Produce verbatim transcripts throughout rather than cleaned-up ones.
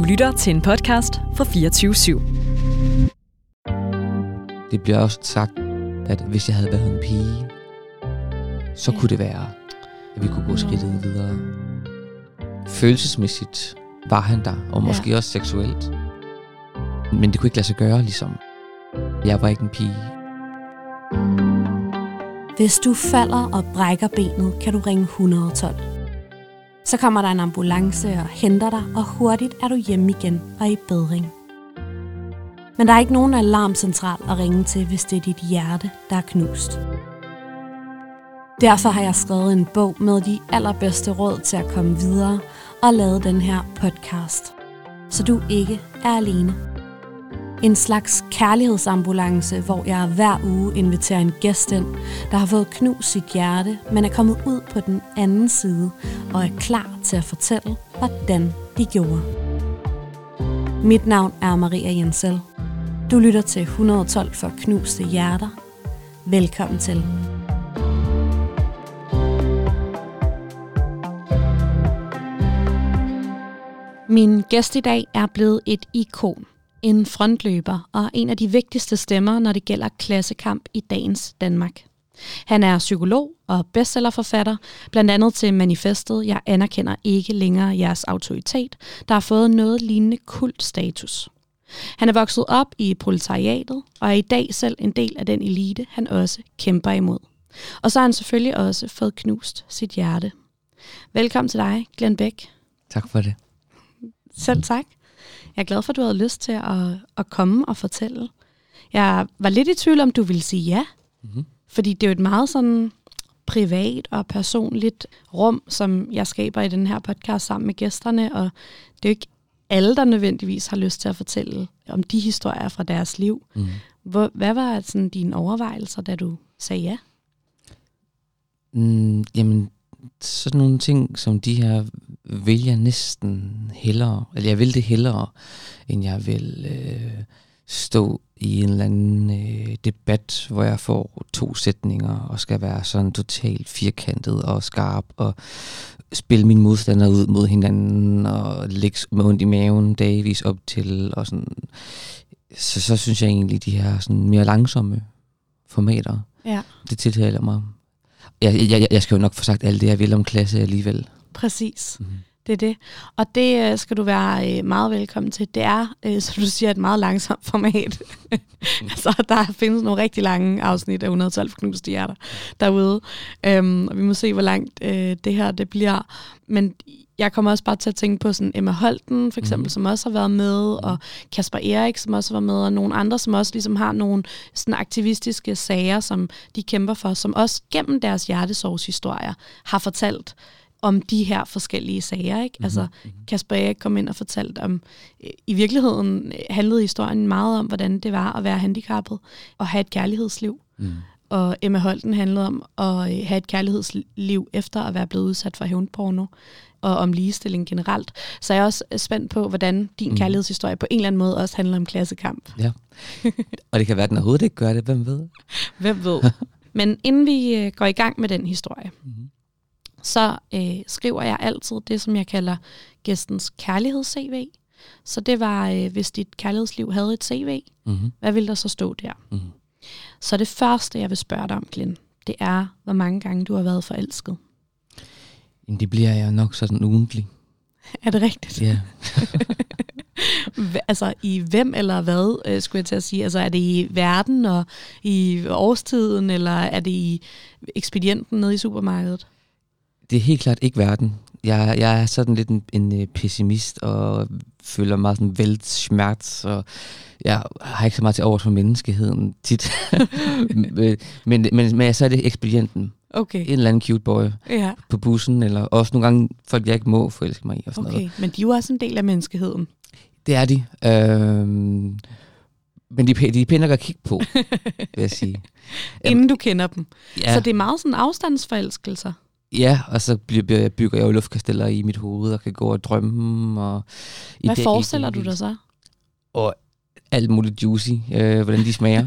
lytter til en podcast fra fireogtyve syv. Det bliver også sagt, at hvis jeg havde været en pige, så kunne det være, at vi kunne gå skridtet videre. Følelsesmæssigt var han der, og måske ja. også seksuelt. Men det kunne ikke lade sig gøre, ligesom. Jeg var ikke en pige. Hvis du falder og brækker benet, kan du ringe et et to. Så kommer der en ambulance og henter dig, og hurtigt er du hjemme igen og i bedring. Men der er ikke nogen alarmcentral at ringe til, hvis det er dit hjerte, der er knust. Derfor har jeg skrevet en bog med de allerbedste råd til at komme videre og lavet den her podcast, så du ikke er alene. En slags kærlighedsambulance, hvor jeg hver uge inviterer en gæst ind, der har fået knust sit hjerte, men er kommet ud på den anden side og er klar til at fortælle, hvordan de gjorde. Mit navn er Maria Jensel. Du lytter til et to for knuste hjerter. Velkommen til. Min gæst i dag er blevet et ikon, en frontløber og en af de vigtigste stemmer, når det gælder klassekamp i dagens Danmark. Han er psykolog og bestsellerforfatter, blandt andet til manifestet "Jeg anerkender ikke længere jeres autoritet", der har fået noget lignende kultstatus. Han er vokset op i proletariatet og er i dag selv en del af den elite, han også kæmper imod. Og så har han selvfølgelig også fået knust sit hjerte. Velkommen til dig, Glenn Bech. Tak for det. Selv tak. Jeg er glad for, at du havde lyst til at, at komme og fortælle. Jeg var lidt i tvivl om, du ville sige ja. Mm-hmm. Fordi det er jo et meget sådan privat og personligt rum, som jeg skaber i den her podcast sammen med gæsterne. Og det er jo ikke alle, der nødvendigvis har lyst til at fortælle om de historier fra deres liv. Mm. Hvor, hvad var sådan dine overvejelser, da du sagde ja? Mm, jamen, sådan nogle ting som de her vil jeg næsten hellere, eller jeg vil det hellere, end jeg vil øh, stå i en eller anden øh, debat, hvor jeg får to sætninger og skal være sådan totalt firkantet og skarp og spille mine modstandere ud mod hinanden og ligge med ondt i maven dagvis op til og sådan. Så, så synes jeg egentlig, de her sådan mere langsomme formater, ja. Det tiltaler mig. Jeg, jeg, jeg skal jo nok få sagt alt det, jeg vil om klasse alligevel. Præcis. Mm-hmm. Det er det. Og det øh, skal du være øh, meget velkommen til. Det er, øh, som du siger, et meget langsomt format. Så der findes nogle rigtig lange afsnit af et hundrede og tolv for knuste hjerter derude. Øhm, og vi må se, hvor langt øh, det her det bliver. Men jeg kommer også bare til at tænke på sådan Emma Holten, for eksempel, mm. som også har været med, og Kasper Erik, som også har været med, og nogle andre, som også ligesom har nogle sådan aktivistiske sager, som de kæmper for, som også gennem deres hjertesorgshistorier har fortalt om de her forskellige sager, ikke? Mm-hmm. Altså, Kasper Erik kom ind og fortalte om, i virkeligheden handlede historien meget om, hvordan det var at være handicappet og have et kærlighedsliv. Mm. Og Emma Holten handlede om at have et kærlighedsliv efter at være blevet udsat for hævnporno, og om ligestilling generelt. Så jeg er også spændt på, hvordan din mm. kærlighedshistorie på en eller anden måde også handler om klassekamp. Ja, og det kan være, at den overhovedet ikke gør det. Hvem ved? Hvem ved? Men inden vi går i gang med den historie, mm-hmm. så øh, skriver jeg altid det, som jeg kalder gæstens kærligheds-C V. Så det var, øh, hvis dit kærlighedsliv havde et C V, mm-hmm. hvad ville der så stå der? Mm-hmm. Så det første, jeg vil spørge dig om, Glenn, det er, hvor mange gange du har været forelsket. Jamen, det bliver jeg nok sådan ugentlig. Er det rigtigt? Ja. Altså i hvem eller hvad, øh, skulle jeg til at sige? Altså er det i verden og i årstiden, eller er det i ekspedienten nede i supermarkedet? Det er helt klart ikke verden. Jeg, jeg er sådan lidt en, en pessimist og føler mig sådan weltschmerz, og jeg har ikke så meget til overs for menneskeheden tit. men, men, men så er det ekspedienten. Okay. En eller anden cute boy ja. På bussen, eller også nogle gange folk, jeg ikke må forelske mig i. Og sådan okay, noget. Men de er jo også en del af menneskeheden. Det er de. Øhm, men de, de er pæne at kigge på, vil jeg sige. Inden du kender dem. Ja. Så det er meget sådan afstandsforelskelser. Ja, og så bygger jeg jo luftkasteller i mit hoved og kan gå og drømme. Og hvad det, forestiller du dig så? Og alt muligt juicy, øh, hvordan de smager.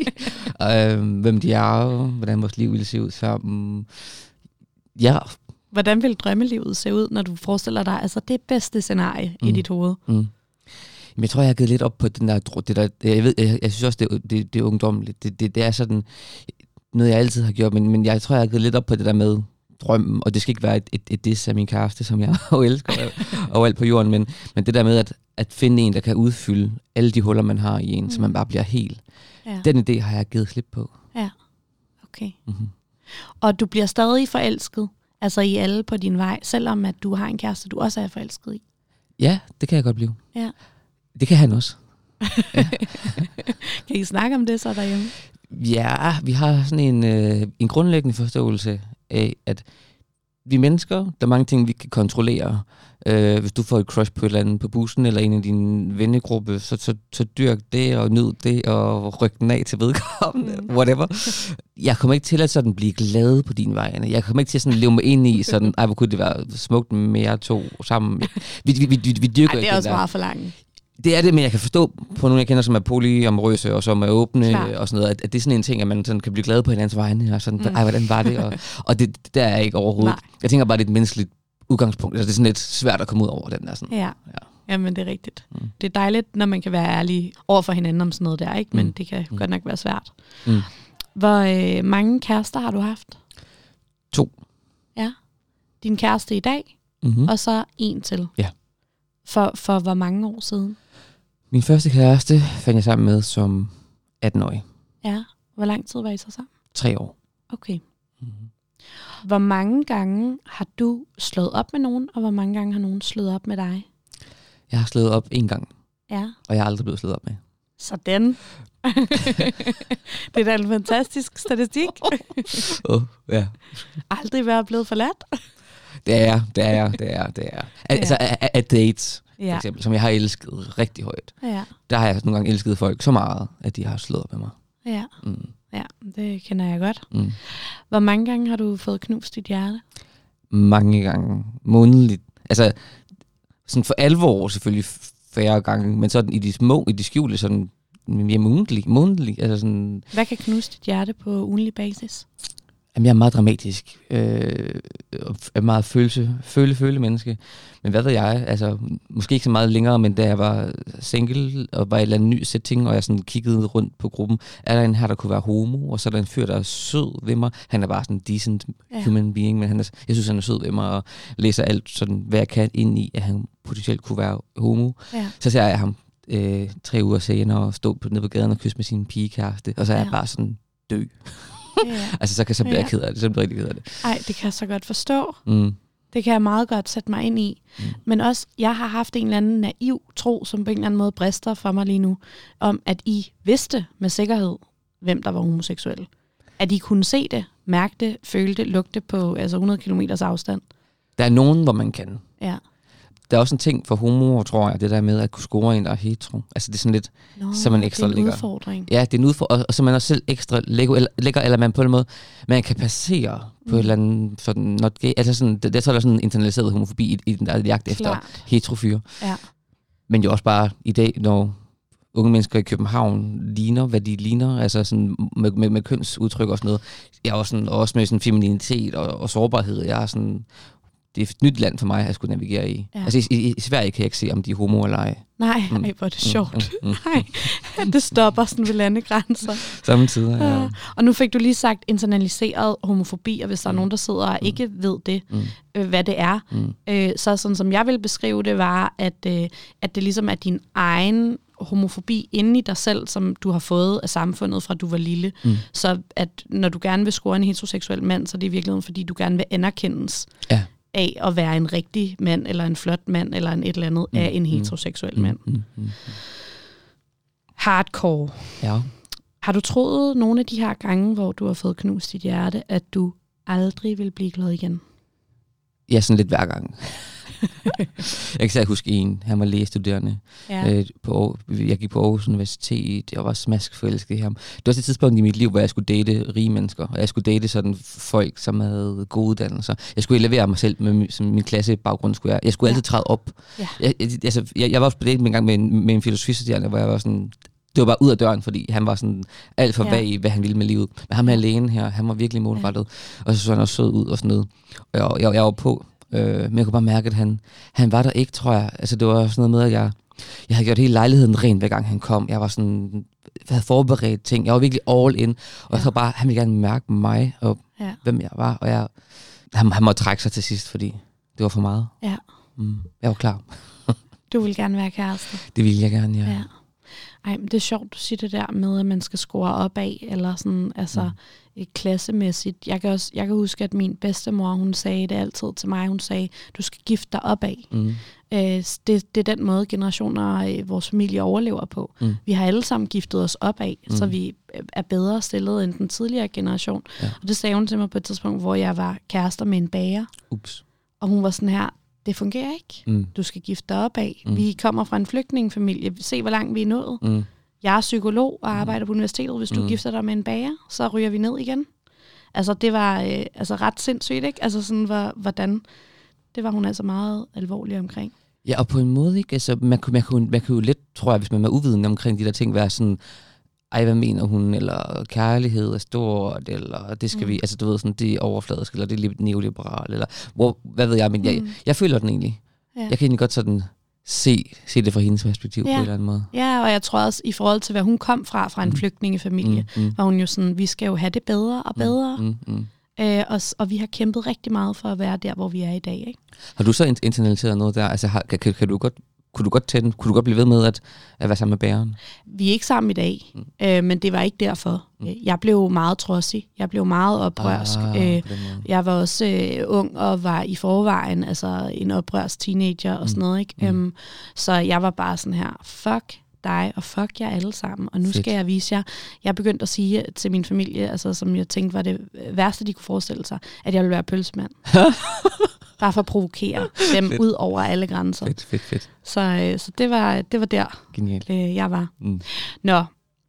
og, øh, hvem de er, hvordan vores liv ville se ud sammen. Ja, Hvordan vil drømmelivet se ud, når du forestiller dig, altså det bedste scenarie mm. i dit hoved? Mm. Men jeg tror, jeg har givet lidt op på den der, det der jeg, ved, jeg, jeg synes også, det, det, det er ungdommeligt. Det, det, det er sådan noget, jeg altid har gjort, men, men jeg tror, jeg har givet lidt op på det der med drømmen, og det skal ikke være et, et, et diss af min kæreste, som jeg jo elsker overalt på jorden, men, men det der med at, at finde en, der kan udfylde alle de huller, man har i en, mm. så man bare bliver helt. Ja. Den idé har jeg givet slip på. Ja, okay. Mm-hmm. Og du bliver stadig forelsket, altså i alle på din vej, selvom at du har en kæreste, du også er forelsket i? Ja, det kan jeg godt blive. Ja. Det kan han også. Ja. Kan I snakke om det så derhjemme? Ja, vi har sådan en, øh, en grundlæggende forståelse af, at vi mennesker, der er mange ting, vi kan kontrollere. Øh, hvis du får et crush på et eller andet på bussen, eller en af dine vennegruppe, så, så, så dyrk det, og nyd det, og ryk den af til vedkommende, mm. whatever. Jeg kommer ikke til at sådan blive glad på din vegne. Jeg kommer ikke til at sådan leve mig ind i sådan, ej, hvor kunne det være smukt med jer to sammen. Vi, vi, vi, vi, vi dyrker ej, det er også der. meget for langt. Det er det, men jeg kan forstå på nogle, jeg kender, som er polyamorøse og som er åbne Klar. og sådan noget, at, at det er sådan en ting, at man sådan kan blive glad på hinandens vegne, og sådan, mm. ej, hvordan var det? Og, og det der er jeg ikke overhovedet. Nej. Jeg tænker bare, det er et menneskeligt udgangspunkt. Altså, det er sådan lidt svært at komme ud over den der. Sådan. Ja. ja, jamen det er rigtigt. Mm. Det er dejligt, når man kan være ærlig over for hinanden om sådan noget der, ikke? Men mm. det kan mm. godt nok være svært. Mm. Hvor øh, mange kærester har du haft? To. Ja. Din kæreste i dag, mm-hmm. og så en til. Ja. For, for hvor mange år siden? Min første kæreste fandt jeg sammen med som atten-årig. Ja. Hvor lang tid var I så sammen? Tre år. Okay. Mm-hmm. Hvor mange gange har du slået op med nogen, og hvor mange gange har nogen slået op med dig? Jeg har slået op en gang. Ja. Og jeg har aldrig blevet slået op med. Sådan. Det er da en fantastisk statistik. oh, ja. Aldrig været blevet forladt. Det er jeg, det er jeg, det er det er. Altså at, at dates, for ja. eksempel, som jeg har elsket rigtig højt. Ja. Der har jeg nogle gange elsket folk så meget, at de har slået op med mig. Ja, mm. ja, det kender jeg godt. Mm. Hvor mange gange har du fået knust dit hjerte? Mange gange. Månedligt. Altså, sådan for alvor selvfølgelig færre gange, men sådan i de små, i de skjulte, sådan mere månedligt. månedligt altså sådan. Hvad kan knuse dit hjerte på ugenlig basis? Jamen, jeg er meget dramatisk, øh, er meget følelse, føle, føle menneske. Men hvad ved jeg, altså, måske ikke så meget længere, men da jeg var single, og var i et eller andet ny setting, og jeg sådan kiggede rundt på gruppen, er der en her, der kunne være homo, og så er der en fyr, der er sød ved mig. Han er bare sådan en decent ja. human being, men han er, jeg synes, han er sød ved mig, og læser alt, sådan, hvad jeg kan ind i, at han potentielt kunne være homo. Ja. Så ser jeg ham øh, tre uger senere, og stå på, nede på gaden og kysse med sin pigekæreste, og så er ja. jeg bare sådan dø. Yeah. altså så kan så blive jeg ked af det, så bliver jeg rigtig ked af det. Ej, det kan jeg så godt forstå. Mm. Det kan jeg meget godt sætte mig ind i. Mm. Men også, jeg har haft en eller anden naiv tro, som på en eller anden måde brister for mig lige nu, om at I vidste med sikkerhed, hvem der var homoseksuel. At I kunne se det, mærke det, føle det, lugte på altså hundrede kilometers afstand. Der er nogen, hvor man kan. Ja. Der er også en ting for homoer, tror jeg, det der med at kunne score en, der er hetero. Altså det er sådan lidt, Nå, så man ekstra lægger. Det er en udfordring. Ja, det er en udfordring, og, og så man også selv ekstra lægger, eller, lægger, eller man på en måde, man kan passere mm. på et eller andet sådan, not gay, altså sådan, det, det er sådan en internaliseret homofobi i, i den der jagt efter heterofyre. Ja. Men jo også bare i dag, når unge mennesker i København ligner, hvad de ligner, altså sådan med, med, med kønsudtryk og sådan noget. Jeg er også, sådan, også med sådan femininitet og, og sårbarhed, jeg er sådan. Det er et nyt land for mig, at skulle navigere i. Ja. Altså i, i, i Sverige kan jeg ikke se, om de er homo eller ej. Nej, mm. ej, hvor er det sjovt. Mm, mm, mm. Nej, det stopper sådan ved landegrænser. Samtidig, ja. ja. Og nu fik du lige sagt internaliseret homofobi, og hvis der mm. er nogen, der sidder og ikke mm. ved det, mm. øh, hvad det er, mm. øh, så sådan som jeg vil beskrive det, var, at, øh, at det ligesom er din egen homofobi inde i dig selv, som du har fået af samfundet fra du var lille. Mm. Så at når du gerne vil score en heteroseksuel mand, så er det i virkeligheden, fordi du gerne vil anerkendes. Ja. Af at være en rigtig mand, eller en flot mand, eller en et eller andet mm, af en heteroseksuel mm, mand. Mm, mm, mm. Hardcore. Ja. Har du troet nogle af de her gange, hvor du har fået knust dit hjerte, at du aldrig vil blive glad igen? Ja, sådan lidt hver gang. Jeg kan selv huske en, han var lægestuderende. Ja. Øh, på, jeg gik på Aarhus Universitet, jeg var smaskforelsket i ham. Det var også et tidspunkt i mit liv, hvor jeg skulle date rige mennesker, og jeg skulle date sådan folk, som havde gode uddannelser. Jeg skulle elevere mig selv med som min klassebaggrund. Skulle jeg. jeg skulle altid træde op. Ja. Jeg, jeg, altså, jeg, jeg var også på date en gang med en, med en filosofistuderende, hvor jeg var sådan, det var bare ud af døren, fordi han var sådan alt for Ja. vag i, hvad han ville med livet. Men ham alene her, han var virkelig målrettet. Ja. Og så så han også sød ud og sådan noget. Og jeg, jeg, jeg var på, øh, men jeg kunne bare mærke, at han, han var der ikke, tror jeg. Altså det var sådan noget med, at jeg, jeg havde gjort hele lejligheden ren, hver gang han kom. Jeg var sådan, jeg havde forberedt ting. Jeg var virkelig all in. Og ja. jeg tror bare, han ville gerne mærke mig, og ja. hvem jeg var. Og jeg, han, han måtte trække sig til sidst, fordi det var for meget. Ja. Mm, jeg var klar. Du vil gerne være kæreste. Det ville jeg gerne, ja. ja. Ej, men det er sjovt, du siger det der med, at man skal score op af, eller sådan, altså mm. klassemæssigt. Jeg kan, også, jeg kan huske, at min bedstemor, hun sagde det altid til mig, hun sagde, du skal gifte dig op af. Mm. Øh, det, det er den måde, generationer i vores familie overlever på. Mm. Vi har alle sammen giftet os op af, mm. så vi er bedre stillet end den tidligere generation. Ja. Og det sagde hun til mig på et tidspunkt, hvor jeg var kærester med en bager. Ups. Og hun var sådan her, det fungerer ikke. Mm. Du skal gifte dig op af. Mm. Vi kommer fra en flygtningefamilie. Se, hvor langt vi er nået. Mm. Jeg er psykolog og arbejder på universitetet. Hvis du mm. gifter dig med en bager, så ryger vi ned igen. Altså, det var øh, altså ret sindssygt, ikke? Altså, sådan, hvor, hvordan... Det var hun altså meget alvorlig omkring. Ja, og på en måde, ikke? Altså, man kunne, man kunne, man kunne jo lidt, tror jeg, hvis man var uvidende omkring de der ting, være sådan... Ej, hvad mener hun? Eller kærlighed er stort, eller det skal mm. vi... Altså, du ved, sådan, det er overfladisk, eller det er neoliberal, eller... Hvor, hvad ved jeg, men jeg, mm. jeg føler den egentlig. Ja. Jeg kan egentlig godt sådan se, se det fra hendes perspektiv ja. på en eller anden måde. Ja, og jeg tror også, i forhold til, hvad hun kom fra, fra en mm. flygtningefamilie, mm. Mm. var hun jo sådan, vi skal jo have det bedre og bedre. Mm. Mm. Øh, og, og vi har kæmpet rigtig meget for at være der, hvor vi er i dag, ikke? Har du så internaliseret noget der? Altså, har, kan, kan du godt... Kunne du godt tænde, kunne du godt blive ved med at, at være sammen med bæreren? Vi er ikke sammen i dag, mm. øh, men det var ikke derfor. Mm. Jeg blev meget trodsig. Jeg blev meget oprørsk. Ah, øh, jeg var også øh, ung og var i forvejen altså en oprørsk teenager og mm. sådan noget. Ikke? Mm. Um, så jeg var bare sådan her, fuck dig og fuck jer alle sammen. Og nu Fedt. skal jeg vise jer. Jeg begyndte at sige til min familie, altså, som jeg tænkte var det værste, de kunne forestille sig, at jeg ville være pølsemand. Bare for at provokere dem fedt. ud over alle grænser. Fedt, fedt, fedt. Så, så det, var, det var der, Genialt. Øh, jeg var. Mm. Nå,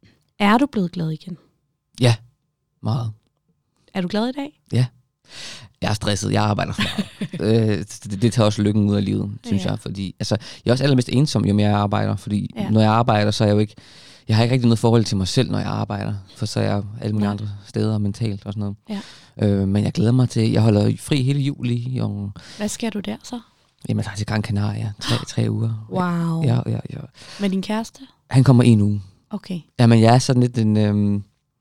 er du blevet glad igen? Ja, meget. Er du glad i dag? Ja. Jeg er stresset, jeg arbejder for meget. øh, det, det tager også lykken ud af livet, synes ja. jeg. Fordi, altså, jeg er også allermest ensom, jo mere jeg arbejder. Fordi ja. når jeg arbejder, så er jeg jo ikke... Jeg har ikke rigtig noget forhold til mig selv, når jeg arbejder. For så er jeg alle mulige ja. andre steder, mentalt og sådan noget. Ja. Øh, men jeg glæder mig til... Jeg holder fri hele juli. Og, hvad skal du der så? Jamen, jeg tager til Gran Canaria. Tre, tre uger. Wow. Ja, ja, ja. Med din kæreste? Han kommer en uge. Okay. Jamen, jeg er sådan lidt en... Øhm,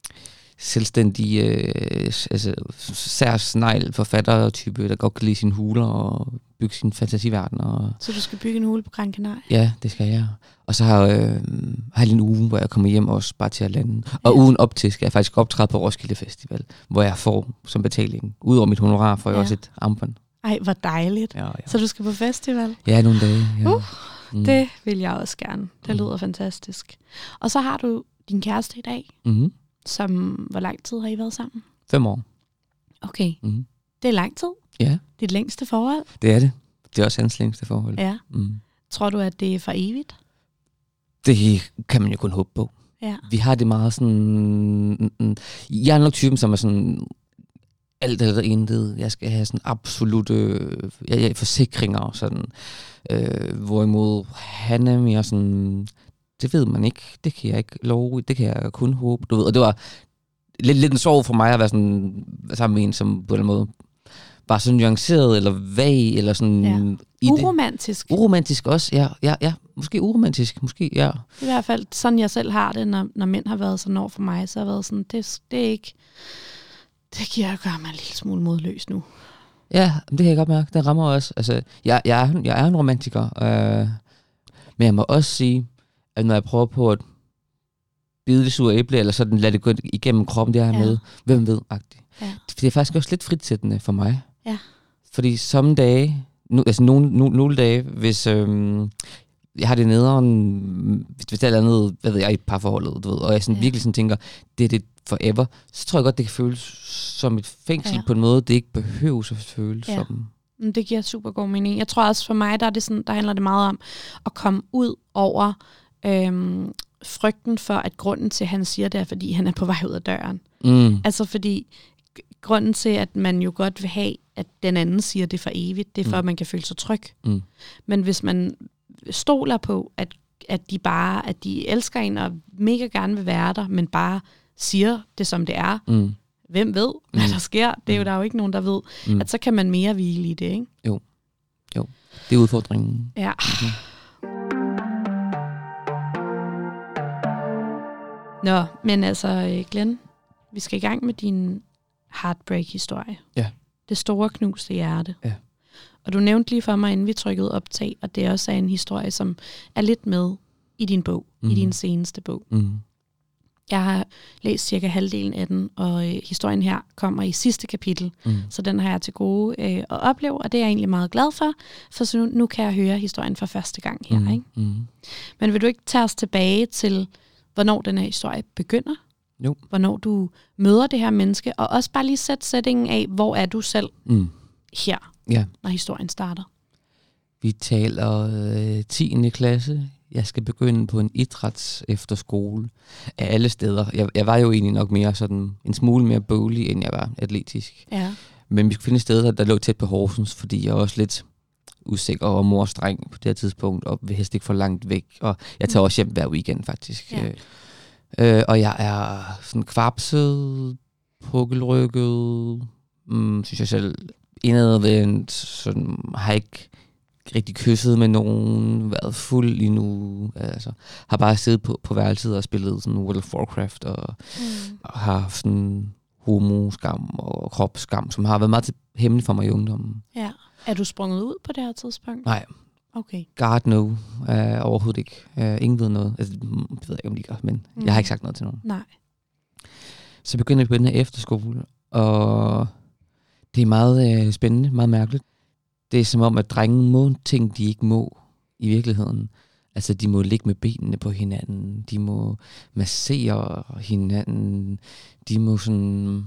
selvstændig, øh, altså sær snegl forfatter-type, der godt kan lide sine huler og bygge sin fantasiverden. Og så du skal bygge en hule på Gran Canaria? Ja, det skal jeg. Og så har, øh, har jeg lige en uge, hvor jeg kommer hjem også bare til at lande. Og ja. ugen op til skal jeg faktisk optræde på Roskilde Festival, hvor jeg får som betaling. Udover mit honorar får jeg ja. også et armbånd. Ej, hvor dejligt. Ja, ja. Så du skal på festival? Ja, nogle dage. Ja. Uh, mm. Det vil jeg også gerne. Det lyder mm. fantastisk. Og så har du din kæreste i dag. Mm-hmm. Som, hvor lang tid har I været sammen? Fem år. Okay. Mm. Det er lang tid. Ja. Dit længste forhold. Det er det. Det er også hans længste forhold. Ja. Mm. Tror du, at det er for evigt? Det kan man jo kun håbe på. Ja. Vi har det meget sådan... Jeg er nok typen, som er sådan... Alt eller intet. Jeg skal have sådan absolutte ja, ja, forsikringer og sådan. Øh, hvorimod han er mere sådan... Det ved man ikke. Det kan jeg ikke love. Det kan jeg kun håbe. Du ved. Og det var lidt, lidt en sorg for mig at være sådan sammen med en, som på en måde var sådan nuanceret eller vag eller sådan... Ja. Uromantisk. Uromantisk også, ja, ja, ja. Måske uromantisk, måske, ja. I hvert fald sådan, jeg selv har det, når, når mænd har været sådan over for mig, så har jeg været sådan, det, det er ikke... Det giver jeg gøre mig en lille smule modløs nu. Ja, det kan jeg godt mærke. Det rammer også. Altså, jeg, jeg, er, jeg er en romantiker, øh, men jeg må også sige, at når jeg prøver på at bide det sure æble, eller sådan lade det gå igennem kroppen, det her ja. med, hvem ved, agtigt. Ja. Det er faktisk også lidt fritsættende for mig. Ja. Fordi some dage, nu, altså nogle, nogle, nogle dage, hvis øhm, jeg har det nederen, hvis, hvis der er andet, hvad ved jeg, i parforholdet, du ved, og jeg sådan ja. virkelig sådan tænker, det er det forever, så tror jeg godt, det kan føles som et fængsel ja. på en måde, det ikke behøves at føles ja. som. Det giver super god mening. Jeg tror også for mig, der, er det sådan, der handler det meget om at komme ud over øhm, frygten for, at grunden til, at han siger det, er, fordi han er på vej ud af døren. Mm. Altså fordi grunden til, at man jo godt vil have, at den anden siger det for evigt, det er for, mm. at man kan føle sig tryg. Mm. Men hvis man stoler på, at at de bare, at de elsker en og mega gerne vil være der, men bare siger det, som det er. Mm. Hvem ved, hvad der sker? Det er jo, der er jo ikke nogen, der ved. Mm. At så kan man mere hvile i det, ikke? Jo, jo. Det er udfordringen. Ja. Okay. Nå, men altså, Glenn, vi skal i gang med din heartbreak-historie. Ja. Det store knuste hjerte. Ja. Og du nævnte lige for mig, inden vi trykkede optag, og det også er en historie, som er lidt med i din bog, mm. i din seneste bog. Mm. Jeg har læst cirka halvdelen af den, og øh, historien her kommer i sidste kapitel, mm. så den har jeg til gode øh, at opleve, og det er jeg egentlig meget glad for, for så nu, nu kan jeg høre historien for første gang her. Mm. Ikke? Mm. Men vil du ikke tage os tilbage til, hvornår den her historie begynder? Jo. Hvornår du møder det her menneske, og også bare lige sætte sætningen af, hvor er du selv mm. her, ja. når historien starter. Vi taler øh, tiende klasse. Jeg skal begynde på en idræts efterskole af alle steder. Jeg, jeg var jo egentlig nok mere sådan en smule mere boglig, end jeg var atletisk. Ja. Men vi skulle finde steder, der lå tæt på Horsens, fordi jeg var også lidt usikker og mor streng på det her tidspunkt, og vil helst ikke for langt væk. Og jeg tager også hjem hver weekend, faktisk. Ja. Øh, og jeg er sådan kvapset, pukkelrykket, mm, synes jeg selv, indadvendt, sådan har ikke rigtig kysset med nogen, været fuld endnu, altså har bare siddet på, på værelset og spillet sådan World of Warcraft, og, mm. og har haft sådan homoskam og kropsskam, som har været meget til hemmeligt for mig i ungdommen. Ja. Er du sprunget ud på det her tidspunkt? Nej. Okay. God no. Uh, overhovedet ikke. Uh, ingen ved noget. Altså, det ved jeg ikke, om de gør, men mm. jeg har ikke sagt noget til nogen. Nej. Så begynder jeg på den her efterskole, og det er meget uh, spændende, meget mærkeligt. Det er som om, at drenge må ting, de ikke må i virkeligheden. Altså, de må ligge med benene på hinanden. De må massere hinanden. De må sådan...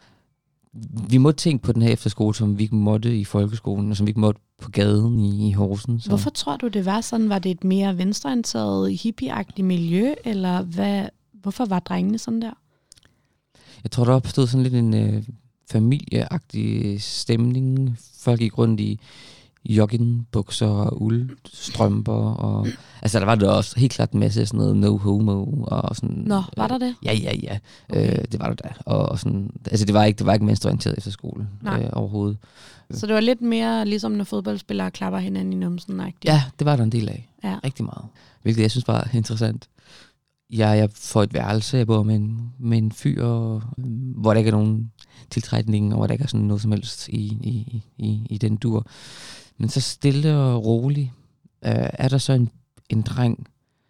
Vi må tænke på den her efterskole, som vi ikke måtte i folkeskolen, og som vi ikke måtte på gaden i, i Horsens. Hvorfor tror du, det var sådan? Var det et mere venstreorienteret, hippieagtigt miljø, eller hvad? Hvorfor var drengene sådan der? Jeg tror, der opstod sådan lidt en øh, familieagtig stemning. Folk gik rundt i joggingbukser og uldstrømper. Og, altså, der var der også helt klart en masse sådan noget no homo. Og sådan, Nå, var der det? Øh, ja, ja, ja. Okay. Øh, det var der da. Og, og sådan, altså, det var ikke, det var ikke venstreorienteret efter skole øh, overhovedet. Så det var lidt mere ligesom, når fodboldspillere klapper hinanden i numsen-agtigt? Ja, det var der en del af. Ja. Rigtig meget. Hvilket jeg synes var interessant. Jeg, jeg får et værelse, jeg bor med en, med en fyr, hvor der ikke er nogen tiltrækning, og hvor der ikke er sådan noget som helst i, i, i, i den dur. Men så stille og roligt øh, er der så en, en dreng,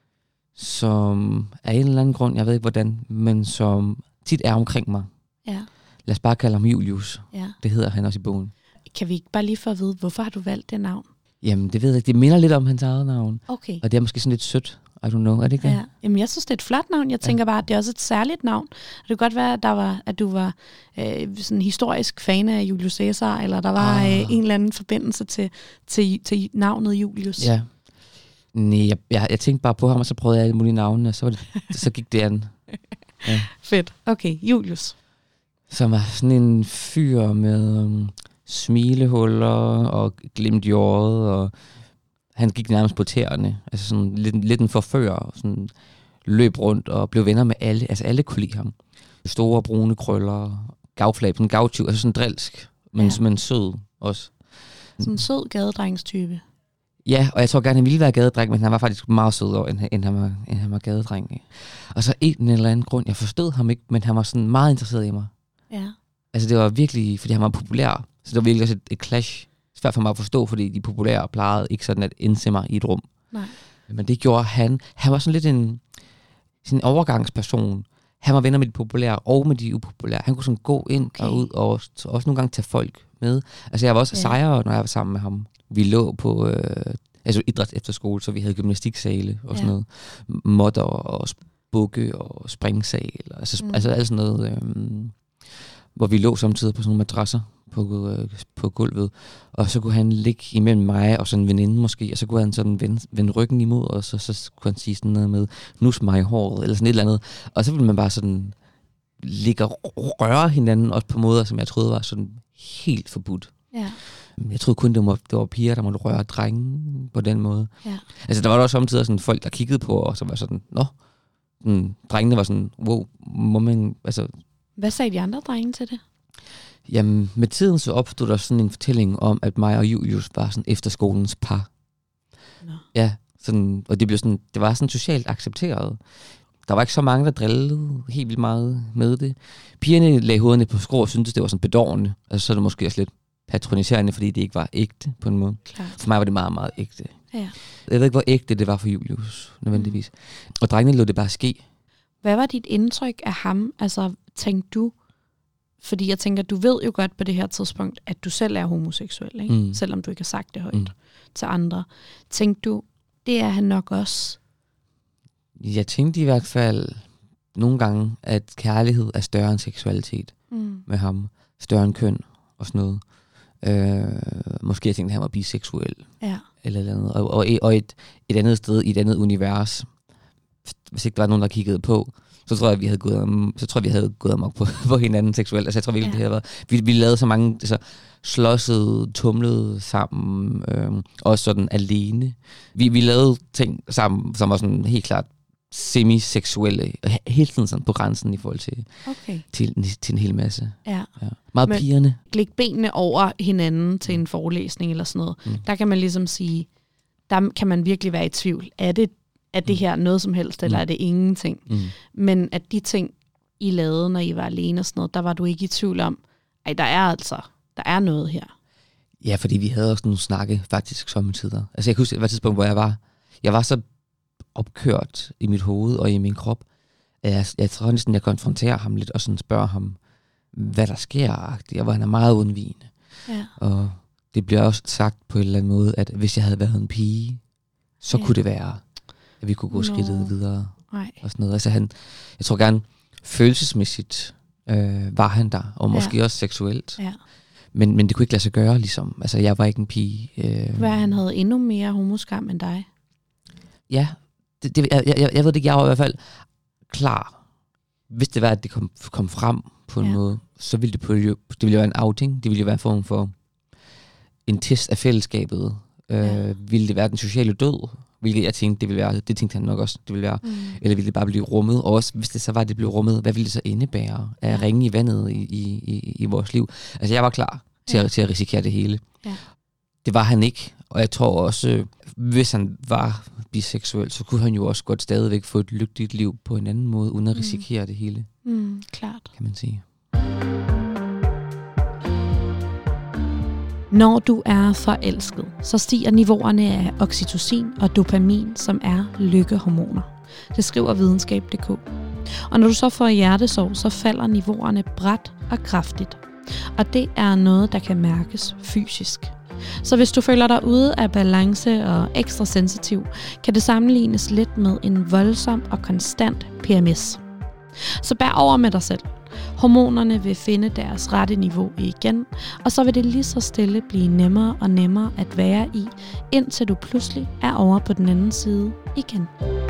som af en eller anden grund, jeg ved ikke hvordan, men som tit er omkring mig. Ja. Lad os bare kalde ham Julius. Ja. Det hedder han også i bogen. Kan vi ikke bare lige få at vide, hvorfor har du valgt det navn? Jamen, det ved jeg ikke. Det minder lidt om hans eget navn. Okay. Og det er måske sådan lidt sødt. I don't know, er det ikke det? Ja. Jamen, jeg synes, det er et flot navn. Jeg tænker ja. bare, at det er også et særligt navn. Det kan godt være, at, der var, at du var øh, sådan historisk fan af Julius Caesar, eller der var ah. øh, en eller anden forbindelse til, til, til navnet Julius. Ja. Nej, jeg, jeg, jeg tænkte bare på ham, og så prøvede jeg alle mulige navne, og så, var det, så gik det an. Ja. Fedt. Okay, Julius. Som er sådan en fyr med um, smilehuller og glimt i øjet, og han gik nærmest på tæerne, altså sådan lidt, lidt en forfører, sådan løb rundt og blev venner med alle, altså alle kunne lide ham. Store brune krøller, gavflag, sådan en gavtyv, altså sådan drilsk, men, ja. men sød også. Sådan en sød gadedrengstype. Ja, og jeg tror gerne, han ville være gadedreng, men han var faktisk meget sødere, end, end, han, var, end han var gadedreng. Og så en eller anden grund, jeg forstod ham ikke, men han var sådan meget interesseret i mig. Ja. Altså det var virkelig, fordi han var populær, så det var virkelig også et, et clash. Svært for mig at forstå, fordi de populære plejede ikke sådan at indse mig i et rum. Nej. Men det gjorde han. Han var sådan lidt en, sådan en overgangsperson. Han var venner med de populære og med de upopulære. Han kunne sådan gå ind okay. og ud og også, også nogle gange tage folk med. Altså jeg var også ja. sejre, når jeg var sammen med ham. Vi lå på øh, altså idræts efterskole, så vi havde gymnastiksale og sådan ja. noget. Modder og bukke og springsal. Altså, mm. altså alt sådan noget, øh, hvor vi lå samtidig på sådan nogle madrasser på, øh, på gulvet. Og så kunne han ligge imellem mig og sådan en veninde måske, og så kunne han sådan vende, vende ryggen imod, og så, så kunne han sige sådan noget med, nus mig i håret, eller sådan et eller andet. Og så ville man bare sådan ligge og røre hinanden, også på måder, som jeg troede var sådan helt forbudt. Ja. Jeg troede kun, det var, det var piger, der måtte røre drenge på den måde. Ja. Altså, der var der også samtidig sådan folk, der kiggede på, og så var sådan, nå, mm, drengene var sådan, wow, må man, altså... Hvad sagde de andre drenge til det? Jamen, med tiden så opstod der sådan en fortælling om, at mig og Julius var sådan efterskolens par. Nå. Ja, sådan, og det blev sådan, det var sådan socialt accepteret. Der var ikke så mange, der drillede helt vildt meget med det. Pigerne lagde hovederne på skrå og syntes, det var sådan bedårende. Altså, så er det måske også lidt patroniserende, fordi det ikke var ægte på en måde. Klart. For mig var det meget, meget ægte. Ja. Jeg ved ikke, hvor ægte det var for Julius, nødvendigvis. Mm. Og drengene lod det bare ske. Hvad var dit indtryk af ham? Altså, tænkte du... Fordi jeg tænker, du ved jo godt på det her tidspunkt, at du selv er homoseksuel, ikke? Mm. Selvom du ikke har sagt det højt mm. til andre. Tænkte du, det er han nok også? Jeg tænkte i hvert fald nogle gange, at kærlighed er større end seksualitet mm. med ham. Større end køn og sådan noget. Øh, måske jeg tænkte, at han var biseksuel. Ja. Eller eller andet. Og, og, og et, et andet sted, i et andet univers. Hvis ikke der var nogen, der kiggede på, så tror jeg, vi havde gået om, så tror jeg, vi havde gået amok på, på hinanden seksuelt. Altså jeg tror virkelig, ja. det havde været. Vi, vi lavede så mange, altså, slåssede, tumlede sammen, øhm, også sådan alene. Vi, vi lavede ting sammen, som var sådan helt klart semi-seksuelle, hele tiden sådan på grænsen i forhold til, okay. til, til en hel masse. Ja. Ja. Meget Men, pigerne. Læg benene over hinanden til en forelæsning eller sådan noget. Mm. Der kan man ligesom sige, der kan man virkelig være i tvivl. Er det Er det her noget som helst, eller mm. er det ingenting? Mm. Men at de ting, I lavede, når I var alene og sådan noget, der var du ikke i tvivl om, ej, der er altså, der er noget her. Ja, fordi vi havde også nogle snakke, faktisk, sommetider. Altså jeg kan huske, det var et tidspunkt, hvor jeg var, jeg var så opkørt i mit hoved og i min krop, at jeg, jeg tror næsten, jeg konfronterer ham lidt, og sådan spørger ham, hvad der sker, og hvor han er meget undvigende. Ja. Og det bliver også sagt på en eller anden måde, at hvis jeg havde været en pige, så ja. kunne det være, at vi kunne gå skridtet no. videre. Nej. Og sådan noget. Altså han, jeg tror gerne, følelsesmæssigt øh, var han der, og måske ja. også seksuelt. Ja. Men, men det kunne ikke lade sig gøre, ligesom. Altså, jeg var ikke en pige. Øh. Hvad, han havde endnu mere homoskam end dig? Ja, det, det, jeg, jeg, jeg ved det ikke, jeg var i hvert fald klar. Hvis det var, at det kom, kom frem på en ja. måde, så ville det, på, det ville jo være en outing. Det ville jo være en form for en test af fællesskabet. Ja. Øh, ville det være den sociale død? Hvilket jeg tænkte, det ville være, det tænkte han nok også, det ville være. Mm. Eller ville det bare blive rummet? Og også, hvis det så var, at det blev rummet, hvad ville det så indebære af ja. ringe i vandet i, i, i, i vores liv? Altså, jeg var klar til, ja. at, til at risikere det hele. Ja. Det var han ikke. Og jeg tror også, hvis han var biseksuel, så kunne han jo også godt stadigvæk få et lykkeligt liv på en anden måde, uden at risikere mm. det hele. Mm, klart. Kan man sige. Når du er forelsket, så stiger niveauerne af oxytocin og dopamin, som er lykkehormoner. Det skriver videnskab punktum d k. Og når du så får hjertesorg, så falder niveauerne brat og kraftigt. Og det er noget, der kan mærkes fysisk. Så hvis du føler dig ude af balance og ekstra sensitiv, kan det sammenlignes lidt med en voldsom og konstant P M S. Så bær over med dig selv. Hormonerne vil finde deres rette niveau igen, og så vil det lige så stille blive nemmere og nemmere at være i, indtil du pludselig er over på den anden side igen.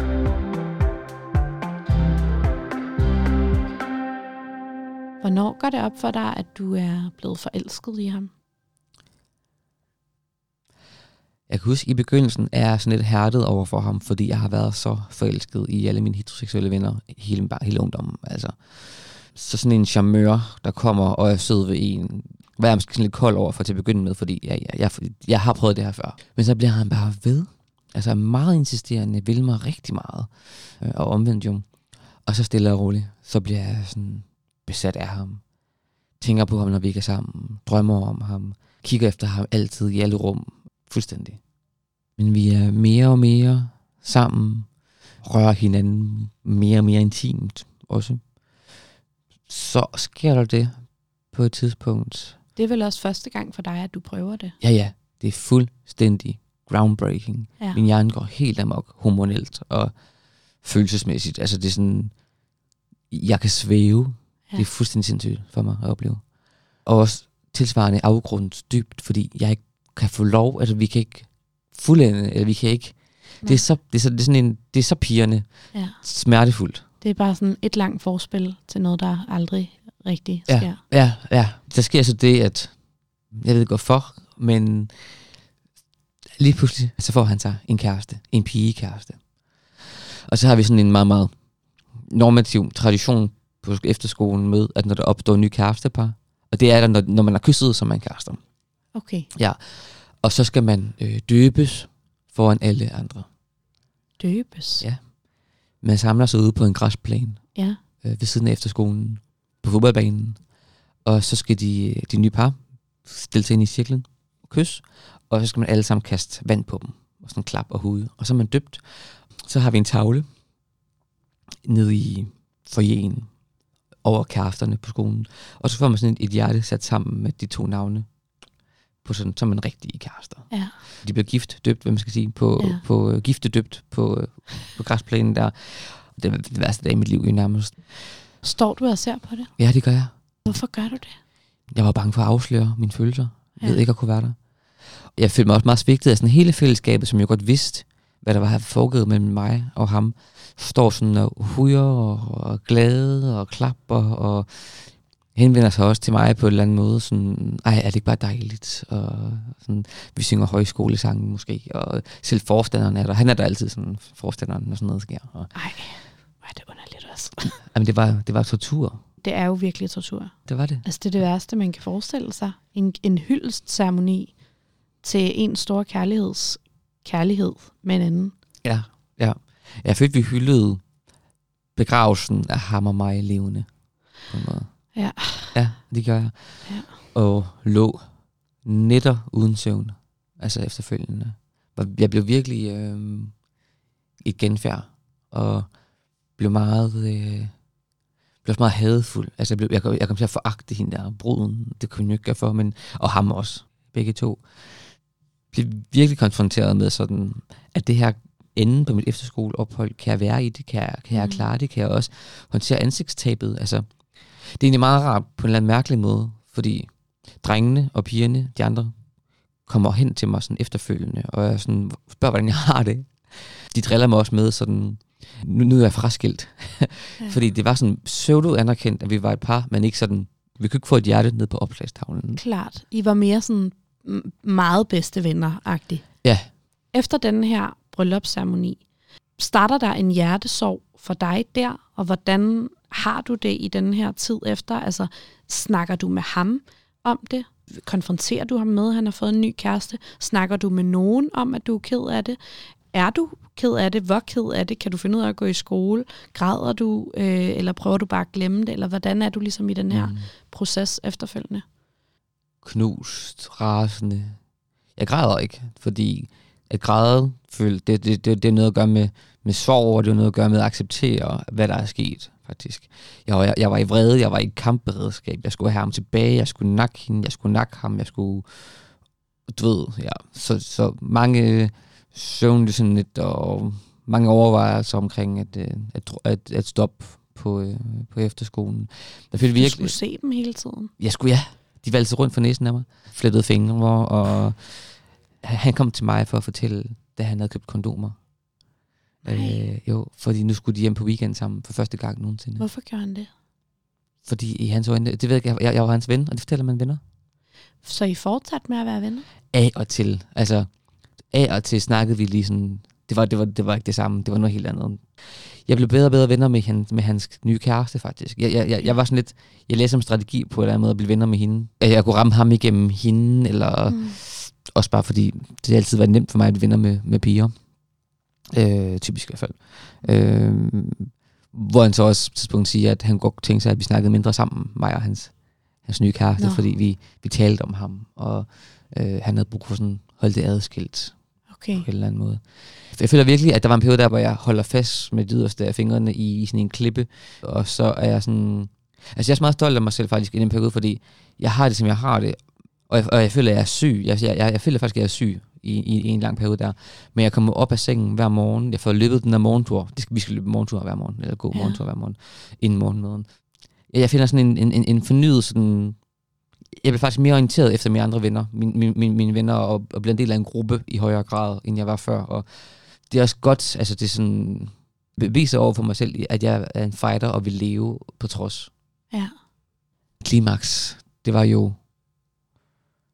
Hvornår går det op for dig, at du er blevet forelsket i ham? Jeg kan huske, i begyndelsen er jeg sådan lidt hærdet over for ham, fordi jeg har været så forelsket i alle mine heteroseksuelle venner hele, hele ungdommen. Altså. Så sådan en charmeur, der kommer og er sød ved en, var jeg måske sådan lidt kold over for til at begynde med, fordi jeg, jeg, jeg, jeg har prøvet det her før. Men så bliver han bare ved. Altså meget insisterende, vil mig rigtig meget. Og omvendt jo. Og så stille og roligt, så bliver jeg sådan besat af ham. Tænker på ham, når vi ikke er sammen. Drømmer om ham. Kigger efter ham altid i alle rum. Fuldstændig. Men vi er mere og mere sammen. Rører hinanden mere og mere intimt også. Så sker der det på et tidspunkt. Det er vel også første gang for dig, at du prøver det? Ja, ja. Det er fuldstændig groundbreaking. Ja. Min hjerne går helt amok hormonelt og følelsesmæssigt. Altså det er sådan, jeg kan svæve. Ja. Det er fuldstændig sindssygt for mig at opleve. Og også tilsvarende afgrundsdybt, fordi jeg ikke kan få lov, altså vi kan ikke fuldende, eller vi kan ikke. Det er, så, det, er så, det er sådan en, det er så pigerne. Ja. Smertefuldt. Det er bare sådan et langt forspil til noget, der aldrig rigtig sker. Ja, ja, ja. Der sker så det, at jeg ved ikke hvorfor, Men lige pludselig, så får han sig en kæreste, en pigekæreste. Og så har vi sådan en meget, meget normativ tradition på efterskolen med, at når der opstår en ny kærestepar, og det er der, når, når man har kysset, så er man kærester. Okay. Ja, og så skal man øh, døbes foran alle andre. Døbes? Ja. Man samler sig ude på en græsplæne Ja. øh, ved siden af efterskolen, på fodboldbanen, og så skal de, de nye par stille sig ind i cirklen og kysse, og så skal man alle sammen kaste vand på dem, og sådan klap og hud, og så er man døbt. Så har vi en tavle nede i foyeren over kæresterne på skolen, og så får man sådan et hjerte sat sammen med de to navne, på sådan, som en rigtig kærester. Ja. De bliver gift døbt, hvad man skal sige, på, ja. på uh, giftedøbt på, på græsplænen der. Det var det værste dag i mit liv, jo nærmest. Står du og ser på det? Ja, det gør jeg. Hvorfor gør du det? Jeg var bange for at afsløre mine følelser. Jeg ja. ved ikke at kunne være der. Jeg følte mig også meget svigtet af sådan hele fællesskabet, som jeg godt vidste, hvad der var foregået mellem mig og ham. Står sådan og hujer og, og glade og klapper og henvender sig også til mig på en eller anden måde. Sådan, ej, er det ikke bare dejligt? Og sådan, vi synger højskolesangen måske, og selv forstanderen er der. Han er der altid sådan, forstanderen, når sådan noget sker. Og ej, hvor er det underligt også. Jamen, det var, det var tortur. Det er jo virkelig tortur. Det var det. Altså, det er det værste, man kan forestille sig. En, en hyldestceremoni til en stor kærligheds, kærlighed med en anden. Ja, ja. Jeg følte, vi hyldede begravelsen af ham og mig levende. På en måde. Ja. Ja, det gør jeg. Ja. Og lå nætter uden søvn. Altså efterfølgende. Jeg blev virkelig øh, et genfærd. Og blev meget, øh, blev meget hadefuld. Altså jeg, blev, jeg, jeg kom til at foragte hende der bruden. Det kunne jeg ikke gøre for, men, og ham også. Begge to. Blev virkelig konfronteret med sådan, at det her enden på mit efterskoleophold, kan jeg være i det? Kan jeg, kan jeg klare det? Kan jeg også håndtere ansigtstabet? Altså, det er egentlig meget rart på en eller anden mærkelig måde, fordi drengene og pigerne, de andre, kommer hen til mig sådan efterfølgende, og jeg sådan spørger, hvordan jeg har det. De driller mig også med sådan, nu, nu er jeg fraskilt. Ja. Fordi det var sådan pseudo-anerkendt, at vi var et par, men ikke sådan, vi kunne ikke få et hjerte ned på opslagstavlen. Klart. I var mere sådan meget bedste venner-agtig. Ja. Efter den her bryllupsceremoni, starter der en hjertesorg for dig der, og hvordan har du det i den her tid efter? Altså, snakker du med ham om det? Konfronterer du ham med, at han har fået en ny kæreste? Snakker du med nogen om, at du er ked af det? Er du ked af det? Hvor ked af det? Kan du finde ud af at gå i skole? Græder du, øh, eller prøver du bare at glemme det? Eller hvordan er du ligesom i den her mm. proces efterfølgende? Knust, rasende. Jeg græder ikke, fordi at græde, det, det, det, det er noget at gøre med, med sorg, og det er noget at gøre med at acceptere, hvad der er sket, faktisk. Jeg var, jeg, jeg var i vrede, jeg var i kampberedskab, jeg skulle have ham tilbage, jeg skulle nakke hende, jeg skulle nakke ham, jeg skulle, du ved, ja. Så, så mange søvnlige sådan lidt, og mange overvejelser omkring at, at, at, at stoppe på, på efterskolen. Der du virkelig, skulle se dem hele tiden? Jeg skulle, ja. De valgte rundt for næsen af mig, flettede fingre, og han kom til mig for at fortælle, da han havde købt kondomer. Øh, jo, fordi nu skulle de hjem på weekend sammen for første gang nogensinde. Hvorfor gjorde han det? Fordi i hans øjne, det ved jeg, jeg, jeg var hans ven, og det fortæller man venner. Så I fortsatte med at være venner? Af og til. Altså, af og til snakkede vi lige sådan, det var, det var, det var ikke det samme, det var noget helt andet. Jeg blev bedre og bedre venner med, han, med hans nye kæreste, faktisk. Jeg, jeg, jeg, jeg var sådan lidt, jeg læste om strategi på en eller anden måde at blive venner med hende. At jeg kunne ramme ham igennem hende, eller mm. også bare fordi, det har altid været nemt for mig at blive venner med, med piger. Øh, typisk i hvert fald. Øh, hvor han så også på et tidspunkt siger, at han godt tænkte sig, at vi snakkede mindre sammen, mig og hans, hans nye kæreste, no. fordi vi, vi talte om ham, og øh, han havde brug for sådan, holde det adskilt. Okay. På en eller anden måde. Jeg føler virkelig, at der var en periode der, hvor jeg holder fast med de yderste af fingrene i, i sådan en klippe, og så er jeg sådan... Altså jeg er meget stolt af mig selv faktisk i den periode, fordi jeg har det, som jeg har det, og jeg, og jeg føler, at jeg er syg. Jeg, jeg, jeg, jeg føler faktisk, at jeg er syg i, i, i en lang periode der. Men jeg kommer op af sengen hver morgen. Jeg får løbet den der morgentur. Det skal, vi skal løbe morgentur hver morgen, eller gå ja. morgentur hver morgen, inden morgenmaden. Jeg, jeg finder sådan en, en, en, en fornyet sådan... Jeg blev faktisk mere orienteret efter mine andre venner, mine, mine, mine venner, og, og blev en del af en gruppe i højere grad, end jeg var før. Og det er også godt, altså det er sådan, beviser over for mig selv, at jeg er en fighter og vil leve på trods. Ja. Klimaks, det var jo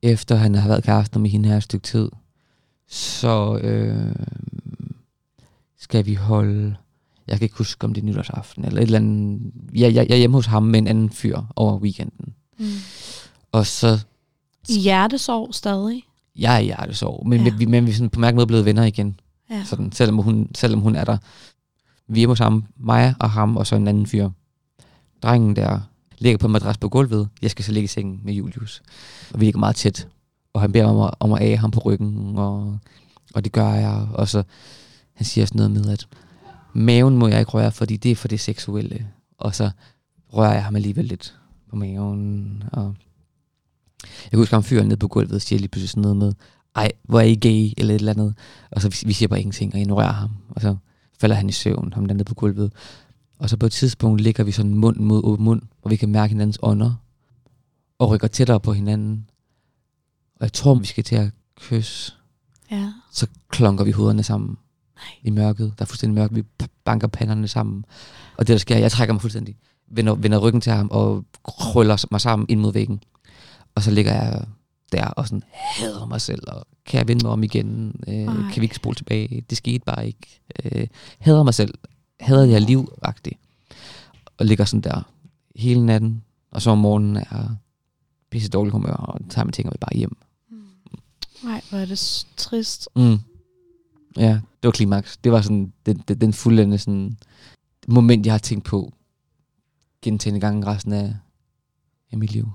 efter han har været kærester med hende her et stykke tid, så øh, skal vi holde, jeg kan ikke huske om det er nytårsaften, eller et eller andet, jeg, jeg, jeg er hjemme hos ham med en anden fyr over weekenden. Mm. Og så... I hjertesorg stadig? Jeg er i hjertesorg, men, ja. vi, men vi er sådan på mærke måde blevet venner igen. Ja. Sådan, selvom, hun, selvom hun er der. Vi er hjemme hos ham, mig og ham, og så en anden fyr. Drengen der ligger på en madras på gulvet. Jeg skal så ligge i sengen med Julius. Og vi ligger meget tæt. Og han beder om at, om at ære ham på ryggen, og, og det gør jeg. Og så han siger sådan noget med, at maven må jeg ikke røre, fordi det er for det seksuelle. Og så rører jeg ham alligevel lidt på maven. Og jeg kan huske ham fyren nede på gulvet og siger lige pludselig sådan noget med, ej, hvor er I gay, eller et eller andet. Og så vi, vi siger bare ingenting og ignorerer ham. Og så falder han i søvn, ham der nede på gulvet. Og så på et tidspunkt ligger vi sådan mund mod åben mund, og vi kan mærke hinandens ånder, og rykker tættere på hinanden. Og jeg tror, vi skal til at kysse. Ja. Så klonker vi hovederne sammen. Nej. I mørket. Der er fuldstændig mørkt. Vi banker panderne sammen. Og det der sker, jeg trækker mig fuldstændig. Vender, vender ryggen til ham og krøller mig sammen ind mod væggen. Og så ligger jeg der og sådan hader mig selv, og kan jeg vende mig om igen? Øh, kan vi ikke spole tilbage? Det skete bare ikke. Øh, hader mig selv. Hader jeg livagtigt. Og ligger sådan der hele natten. Og så om morgenen er jeg pisse dårlig humør, og tager mine ting og vi bare hjem. Nej, mm. hvor er det trist. Mm. Ja, det var klimaks. Det var sådan den, den, den fuldende sådan moment, jeg har tænkt på gentagende gange resten af, af mit liv.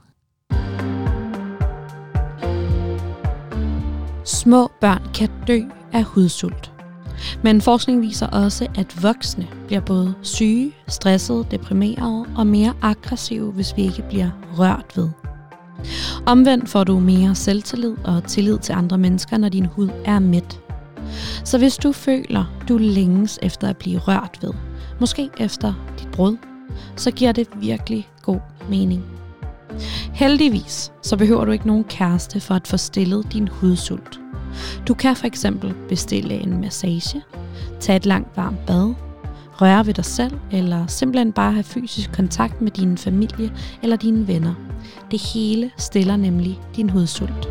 Små børn kan dø af hudsult. Men forskning viser også, at voksne bliver både syge, stressede, deprimerede og mere aggressive, hvis vi ikke bliver rørt ved. Omvendt får du mere selvtillid og tillid til andre mennesker, når din hud er mæt. Så hvis du føler, du længes efter at blive rørt ved, måske efter dit brud, så giver det virkelig god mening. Heldigvis så behøver du ikke nogen kæreste for at få stillet din hudsult. Du kan for eksempel bestille en massage, tage et langt varmt bad, røre ved dig selv, eller simpelthen bare have fysisk kontakt med din familie eller dine venner. Det hele stiller nemlig din hudsult.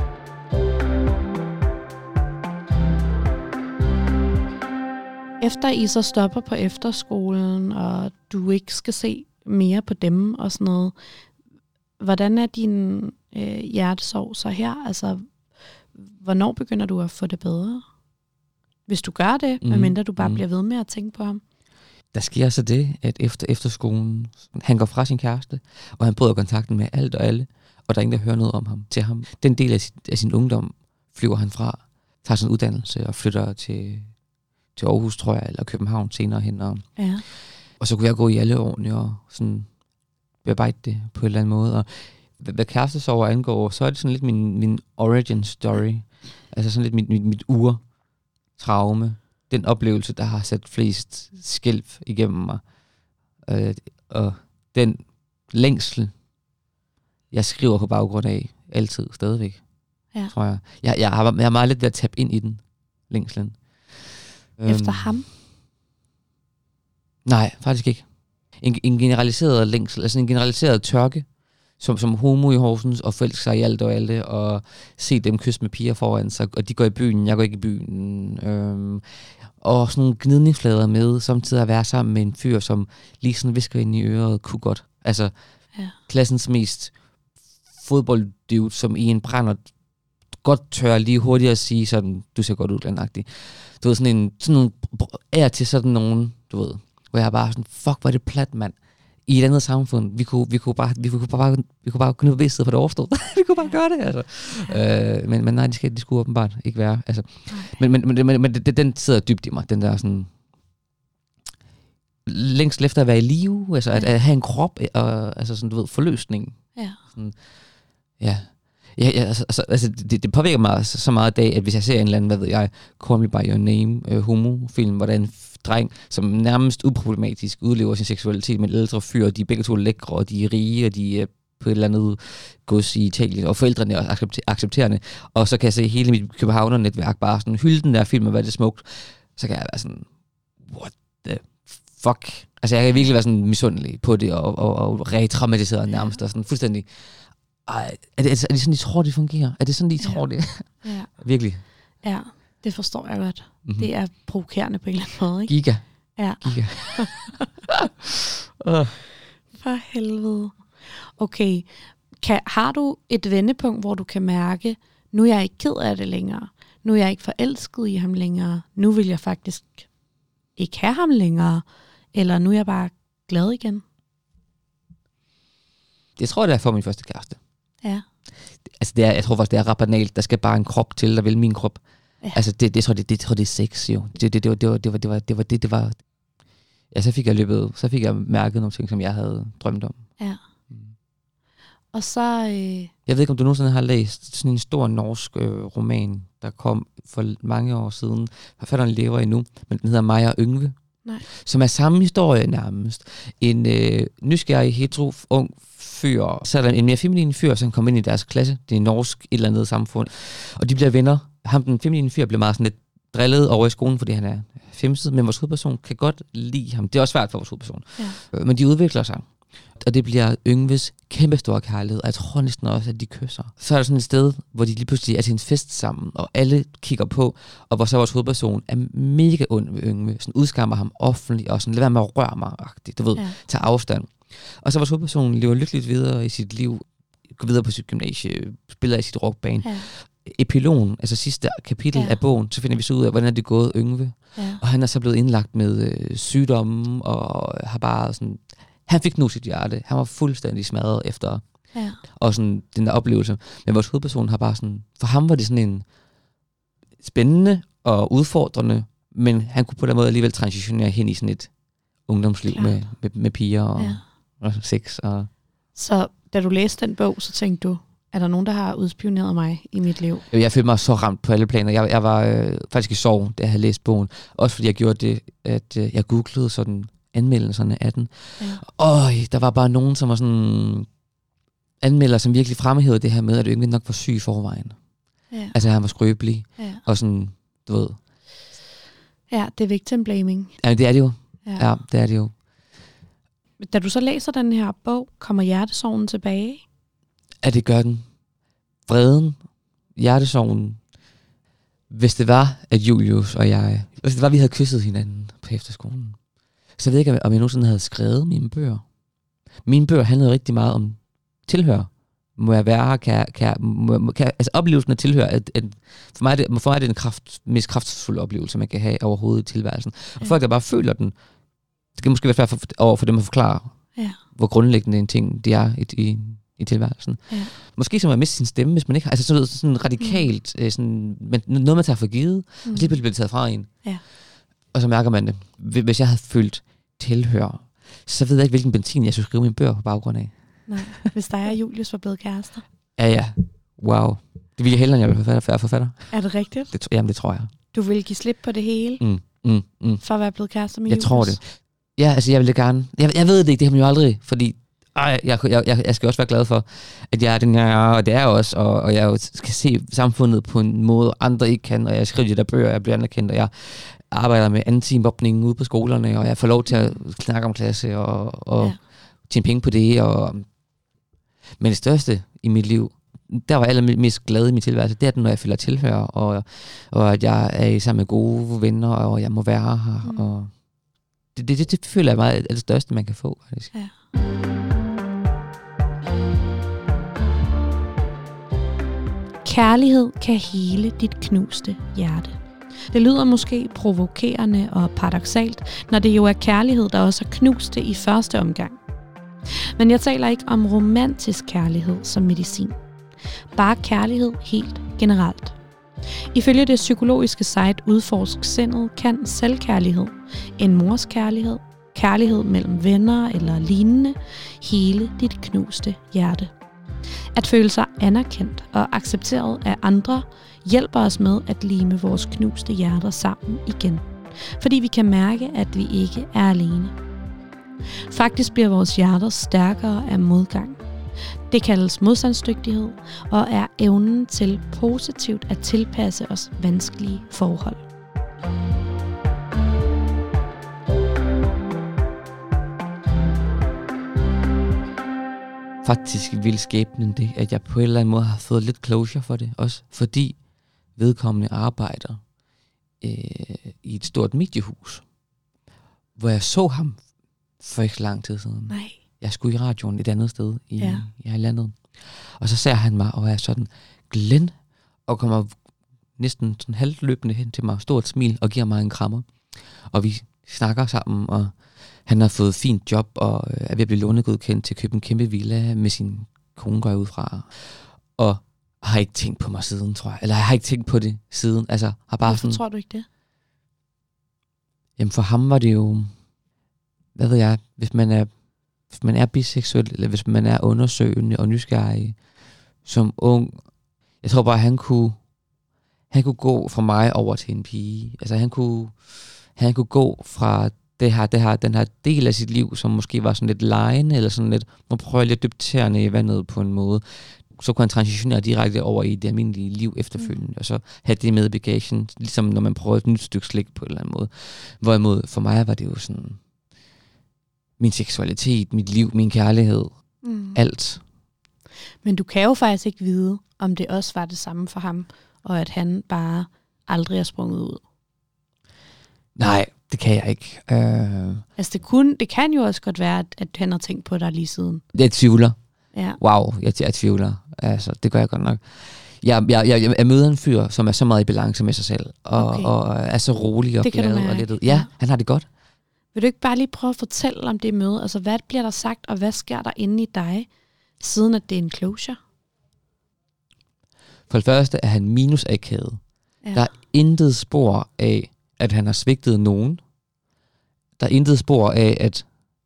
Efter I så stopper på efterskolen, og du ikke skal se mere på dem og sådan noget, hvordan er din øh, hjertesorg så her? Altså, hvornår begynder du at få det bedre? Hvis du gør det, mm. medmindre du bare mm. bliver ved med at tænke på ham. Der sker så det, at efter efterskolen, han går fra sin kæreste, og han bryder kontakten med alt og alle, og der er ingen, der hører noget om ham til ham. Den del af sin, af sin ungdom flyver han fra, tager sin uddannelse og flytter til, til Aarhus, tror jeg, eller København senere hen. Og, ja. og så kunne jeg gå i alle årene og sådan bearbejde det på en eller anden måde. Og hvad kærestesorger angår, så er det sådan lidt min, min origin story. Altså sådan lidt mit, mit, mit ur-traume. Den oplevelse, der har sat flest skælv igennem mig. Øh, og den længsel, jeg skriver på baggrund af, altid stadigvæk, ja. tror jeg. Jeg, jeg, har, jeg har meget lidt ved at tabe ind i den, længslen. Efter øhm, ham? Nej, faktisk ikke. En, en generaliseret længsel, altså en generaliseret tørke, som, som homo i Horsens, og forelsker sig i alt og alle, og se dem kysse med piger foran sig, og de går i byen, jeg går ikke i byen. Øhm, og sådan nogle gnidningsflader med, samtidig at være sammen med en fyr, som lige sådan visker ind i øret, kunne godt. Altså, ja. Klassens mest fodbolddude, som i en brænder, godt tør lige hurtigt at sige sådan, du ser godt ud, landagtigt. Du ved, sådan en, sådan nogle, er til sådan nogen, du ved, hvor jeg bare sådan, fuck, hvor er det plat, mand. I et andet samfund, vi kunne, vi kunne bare, vi kunne bare, vi kunne bare kunne bevidsthed for det overstået. Vi kunne bare gøre det, altså. Ja. Øh, men, men nej, de, skal, de skulle åbenbart ikke være, altså. Men, men, men, men, men det, den sidder dybt i mig, den der sådan, længst efter at være i live, altså ja. at, at have en krop, og altså sådan, du ved, forløsning. Ja. Sådan, ja. Ja, ja, altså, altså det, det påvirker mig så, så meget i dag, at hvis jeg ser en eller anden, hvad ved jeg, Call Me By Your Name, øh, homo-film, hvor der er en dreng, som nærmest uproblematisk udlever sin seksualitet med en ældre fyr, og de er begge to lækre, og de er rige, og de er på et eller andet gods i Italien, og forældrene er også accepterende, og så kan jeg se hele mit københavner-netværk bare sådan hylde den der film, og hvad det er smukt, så kan jeg være sådan, what the fuck? Altså jeg kan virkelig være sådan misundelig på det, og, og, og retraumatiseret nærmest, og sådan fuldstændig Ej, er det, er det sådan, I tror, det fungerer? Er det sådan, I tror, ja. det? Ja. Virkelig? Ja, det forstår jeg godt. Mm-hmm. Det er provokerende på en eller anden måde, ikke? Giga. Ja. Giga. uh. For helvede. Okay, kan, har du et vendepunkt, hvor du kan mærke, nu er jeg ikke ked af det længere, nu er jeg ikke forelsket i ham længere, nu vil jeg faktisk ikke have ham længere, eller nu er jeg bare glad igen? Jeg tror, det er for min første kæreste. Ja. Altså, det er, jeg tror faktisk, det er ret banalt. Der skal bare en krop til, der vil min krop. Ja. Altså, det, det, tror det, det, tror det er sex, jo. Det, det, det, var, det, var, det, var, det, var, det var det, det var... Ja, så fik jeg løbet, så fik jeg mærket nogle ting, som jeg havde drømt om. Ja. Mm. Og så... Øh... Jeg ved ikke, om du nogensinde har læst sådan en stor norsk øh, roman, der kom for mange år siden. Forfatteren lever endnu, men den hedder Maja og Yngve. Nej. Som er samme historie nærmest. En øh, nysgerrig, hetero, ung fyr, så er der en mere feminin fyr, som kommer ind i deres klasse. Det er norsk et eller andet samfund. Og de bliver venner. Ham, den feminine fyr, bliver meget sådan lidt drillet over i skolen, fordi han er femset, men vores hovedperson kan godt lide ham. Det er også svært for vores hovedperson. Ja. Men de udvikler sig. Og det bliver Yngves kæmpe store kærlighed, og jeg tror næsten også, at de kysser. Så er der sådan et sted, hvor de lige pludselig er til en fest sammen, og alle kigger på, og hvor så vores hovedperson er mega ond ved Yngve, sådan udskammer ham offentligt, og sådan, lad være med at røre mig-agtigt, du ved, ja. Tager afstand. Og så vores hovedperson lever lykkeligt videre i sit liv, går videre på sit gymnasie, spiller i sit rockband. Ja. Epilogen, altså sidste kapitel ja. Af bogen, så finder vi så ud af, hvordan er det gået Yngve. Ja. Og han er så blevet indlagt med øh, sygdomme, og har bare sådan... Han fik nu sit hjerte. Han var fuldstændig smadret efter ja. Og sådan den der oplevelse. Men vores hovedperson har bare sådan... For ham var det sådan en spændende og udfordrende, men han kunne på den måde alligevel transitionere hen i sådan et ungdomsliv med, med, med piger og, ja. Og sex. Og... Så da du læste den bog, så tænkte du, er der nogen, der har udspioneret mig i mit liv? Jeg følte mig så ramt på alle planer. Jeg, jeg var øh, faktisk i sorg, da jeg havde læst bogen. Også fordi jeg gjorde det, at øh, jeg googlede sådan anmeldelserne af den. Ja. Og der var bare nogen, som var sådan anmelder, som virkelig fremhævede det her med, at Yngve nok var syg i forvejen. Ja. Altså han var skrøbelig. Ja. Og sådan, du ved. Ja, det er victim blaming. Ja, det er det jo. Ja, ja det er det jo. Da du så læser den her bog, kommer hjertesorgen tilbage? Ja, det gør den. Vreden, hjertesorgen. Hvis det var, at Julius og jeg, hvis det var, at vi havde kysset hinanden på efterskolen, så ved jeg ikke, om jeg nogensinde havde skrevet mine bøger. Mine bøger handlede rigtig meget om tilhør. Må jeg være her? Kan, kan, må, kan, altså oplevelsen af tilhør, at, at for, mig er det, for mig er det den kraft, mest kraftfulde oplevelse, man kan have overhovedet i tilværelsen. Og ja. Folk, der bare føler den, det kan måske være svært for, over for dem at forklare, ja. Hvor grundlæggende en ting det er i, i, i tilværelsen. Ja. Måske som at miste sin stemme, hvis man ikke har, altså sådan, sådan radikalt, mm. sådan, men noget man tager for givet, mm. og så lige pludselig bliver det taget fra en. Ja. Og så mærker man det. Hvis jeg havde følt tilhør, så ved jeg ikke, hvilken benzin jeg skulle skrive min bøger på baggrund af. Nej, hvis dig og Julius var blevet kærester. Ja, ja. Wow. Det ville jeg hellere, end jeg ville være forfatter. Er det rigtigt? Det, jamen, det tror jeg. Du ville give slip på det hele, mm, mm, mm. for at være blevet kærester med jeg Julius? Jeg tror det. Ja, altså jeg ville gerne. Jeg, jeg ved det ikke, det har man jo aldrig, fordi ej, jeg, jeg, jeg, jeg skal også være glad for, at jeg er den, jeg er, og det er jeg også, og, og jeg skal se samfundet på en måde, andre ikke kan, og jeg skriver de der bøger, jeg bliver anerkendt, og jeg arbejder med anti-mobning ude på skolerne, og jeg får lov til at snakke om klasse, og, og ja. Tjene penge på det, og... Men det største i mit liv, der var jeg allermest glad i min tilværelse, det er den, når jeg føler tilhør, og, og at jeg er sammen med gode venner, og jeg må være her, mm. og det, det, det, det føler jeg meget er det største, man kan få, faktisk. Ja. Kærlighed kan hele dit knuste hjerte. Det lyder måske provokerende og paradoksalt, når det jo er kærlighed, der også har knust det i første omgang. Men jeg taler ikke om romantisk kærlighed som medicin. Bare kærlighed helt generelt. Ifølge det psykologiske site Udforsk Sindet kan selvkærlighed, en mors kærlighed, kærlighed mellem venner eller lignende, hele dit knuste hjerte. At føle sig anerkendt og accepteret af andre hjælper os med at lime vores knuste hjerter sammen igen. Fordi vi kan mærke, at vi ikke er alene. Faktisk bliver vores hjerter stærkere af modgang. Det kaldes modstandsdygtighed og er evnen til positivt at tilpasse os vanskelige forhold. faktisk vil skæbnen det, at jeg på en eller anden måde har fået lidt closure for det også, fordi vedkommende arbejder øh, i et stort mediehus, hvor jeg så ham for ikke lang tid siden. Nej. Jeg skulle i radioen et andet sted i, ja. i landet. Og så ser han mig, og er sådan, Glenn, og kommer næsten sådan halvløbende hen til mig, stort smil, og giver mig en krammer. Og vi snakker sammen, og han har fået fint job, og er ved at blive lånegodkendt til at købe en kæmpe villa med sin kone, går jeg ud fra. Og har ikke tænkt på mig siden, tror jeg. Eller jeg har ikke tænkt på det siden. Altså, har bare Hvorfor sådan, tror du ikke det? Jamen for ham var det jo, hvad ved jeg, hvis man er, hvis man er biseksuel, eller hvis man er undersøgende og nysgerrig som ung. Jeg tror bare, han kunne, han kunne gå fra mig over til en pige. Altså han kunne, han kunne gå fra det her, det her, den her del af sit liv, som måske var sådan lidt legende, eller sådan lidt, nu prøver jeg lidt dybt tæerne i vandet på en måde. Så kunne han transitionere direkte over i det almindelige liv efterfølgende, mm. og så have det med i bagagen, ligesom når man prøver et nyt stykke slik på en eller anden måde. Hvorimod for mig var det jo sådan, min seksualitet, mit liv, min kærlighed, mm. alt. Men du kan jo faktisk ikke vide, om det også var det samme for ham, og at han bare aldrig er sprunget ud. Nej, det kan jeg ikke. Uh... Altså det, kunne, det kan jo også godt være, at, at han har tænkt på dig lige siden. Jeg tvivler. Ja. Wow, jeg, jeg tvivler. Altså, det gør jeg godt nok. Jeg, jeg, jeg, jeg møder en fyr, som er så meget i balance med sig selv, og, okay. og er så rolig og det glad og lidt. Ja, ja, han har det godt. Vil du ikke bare lige prøve at fortælle om det møde? Altså, hvad bliver der sagt, og hvad sker der inde i dig, siden at det er en closure? For det første er han minusakavet. Ja. Der er intet spor af, at han har svigtet nogen. Der er intet spor af, at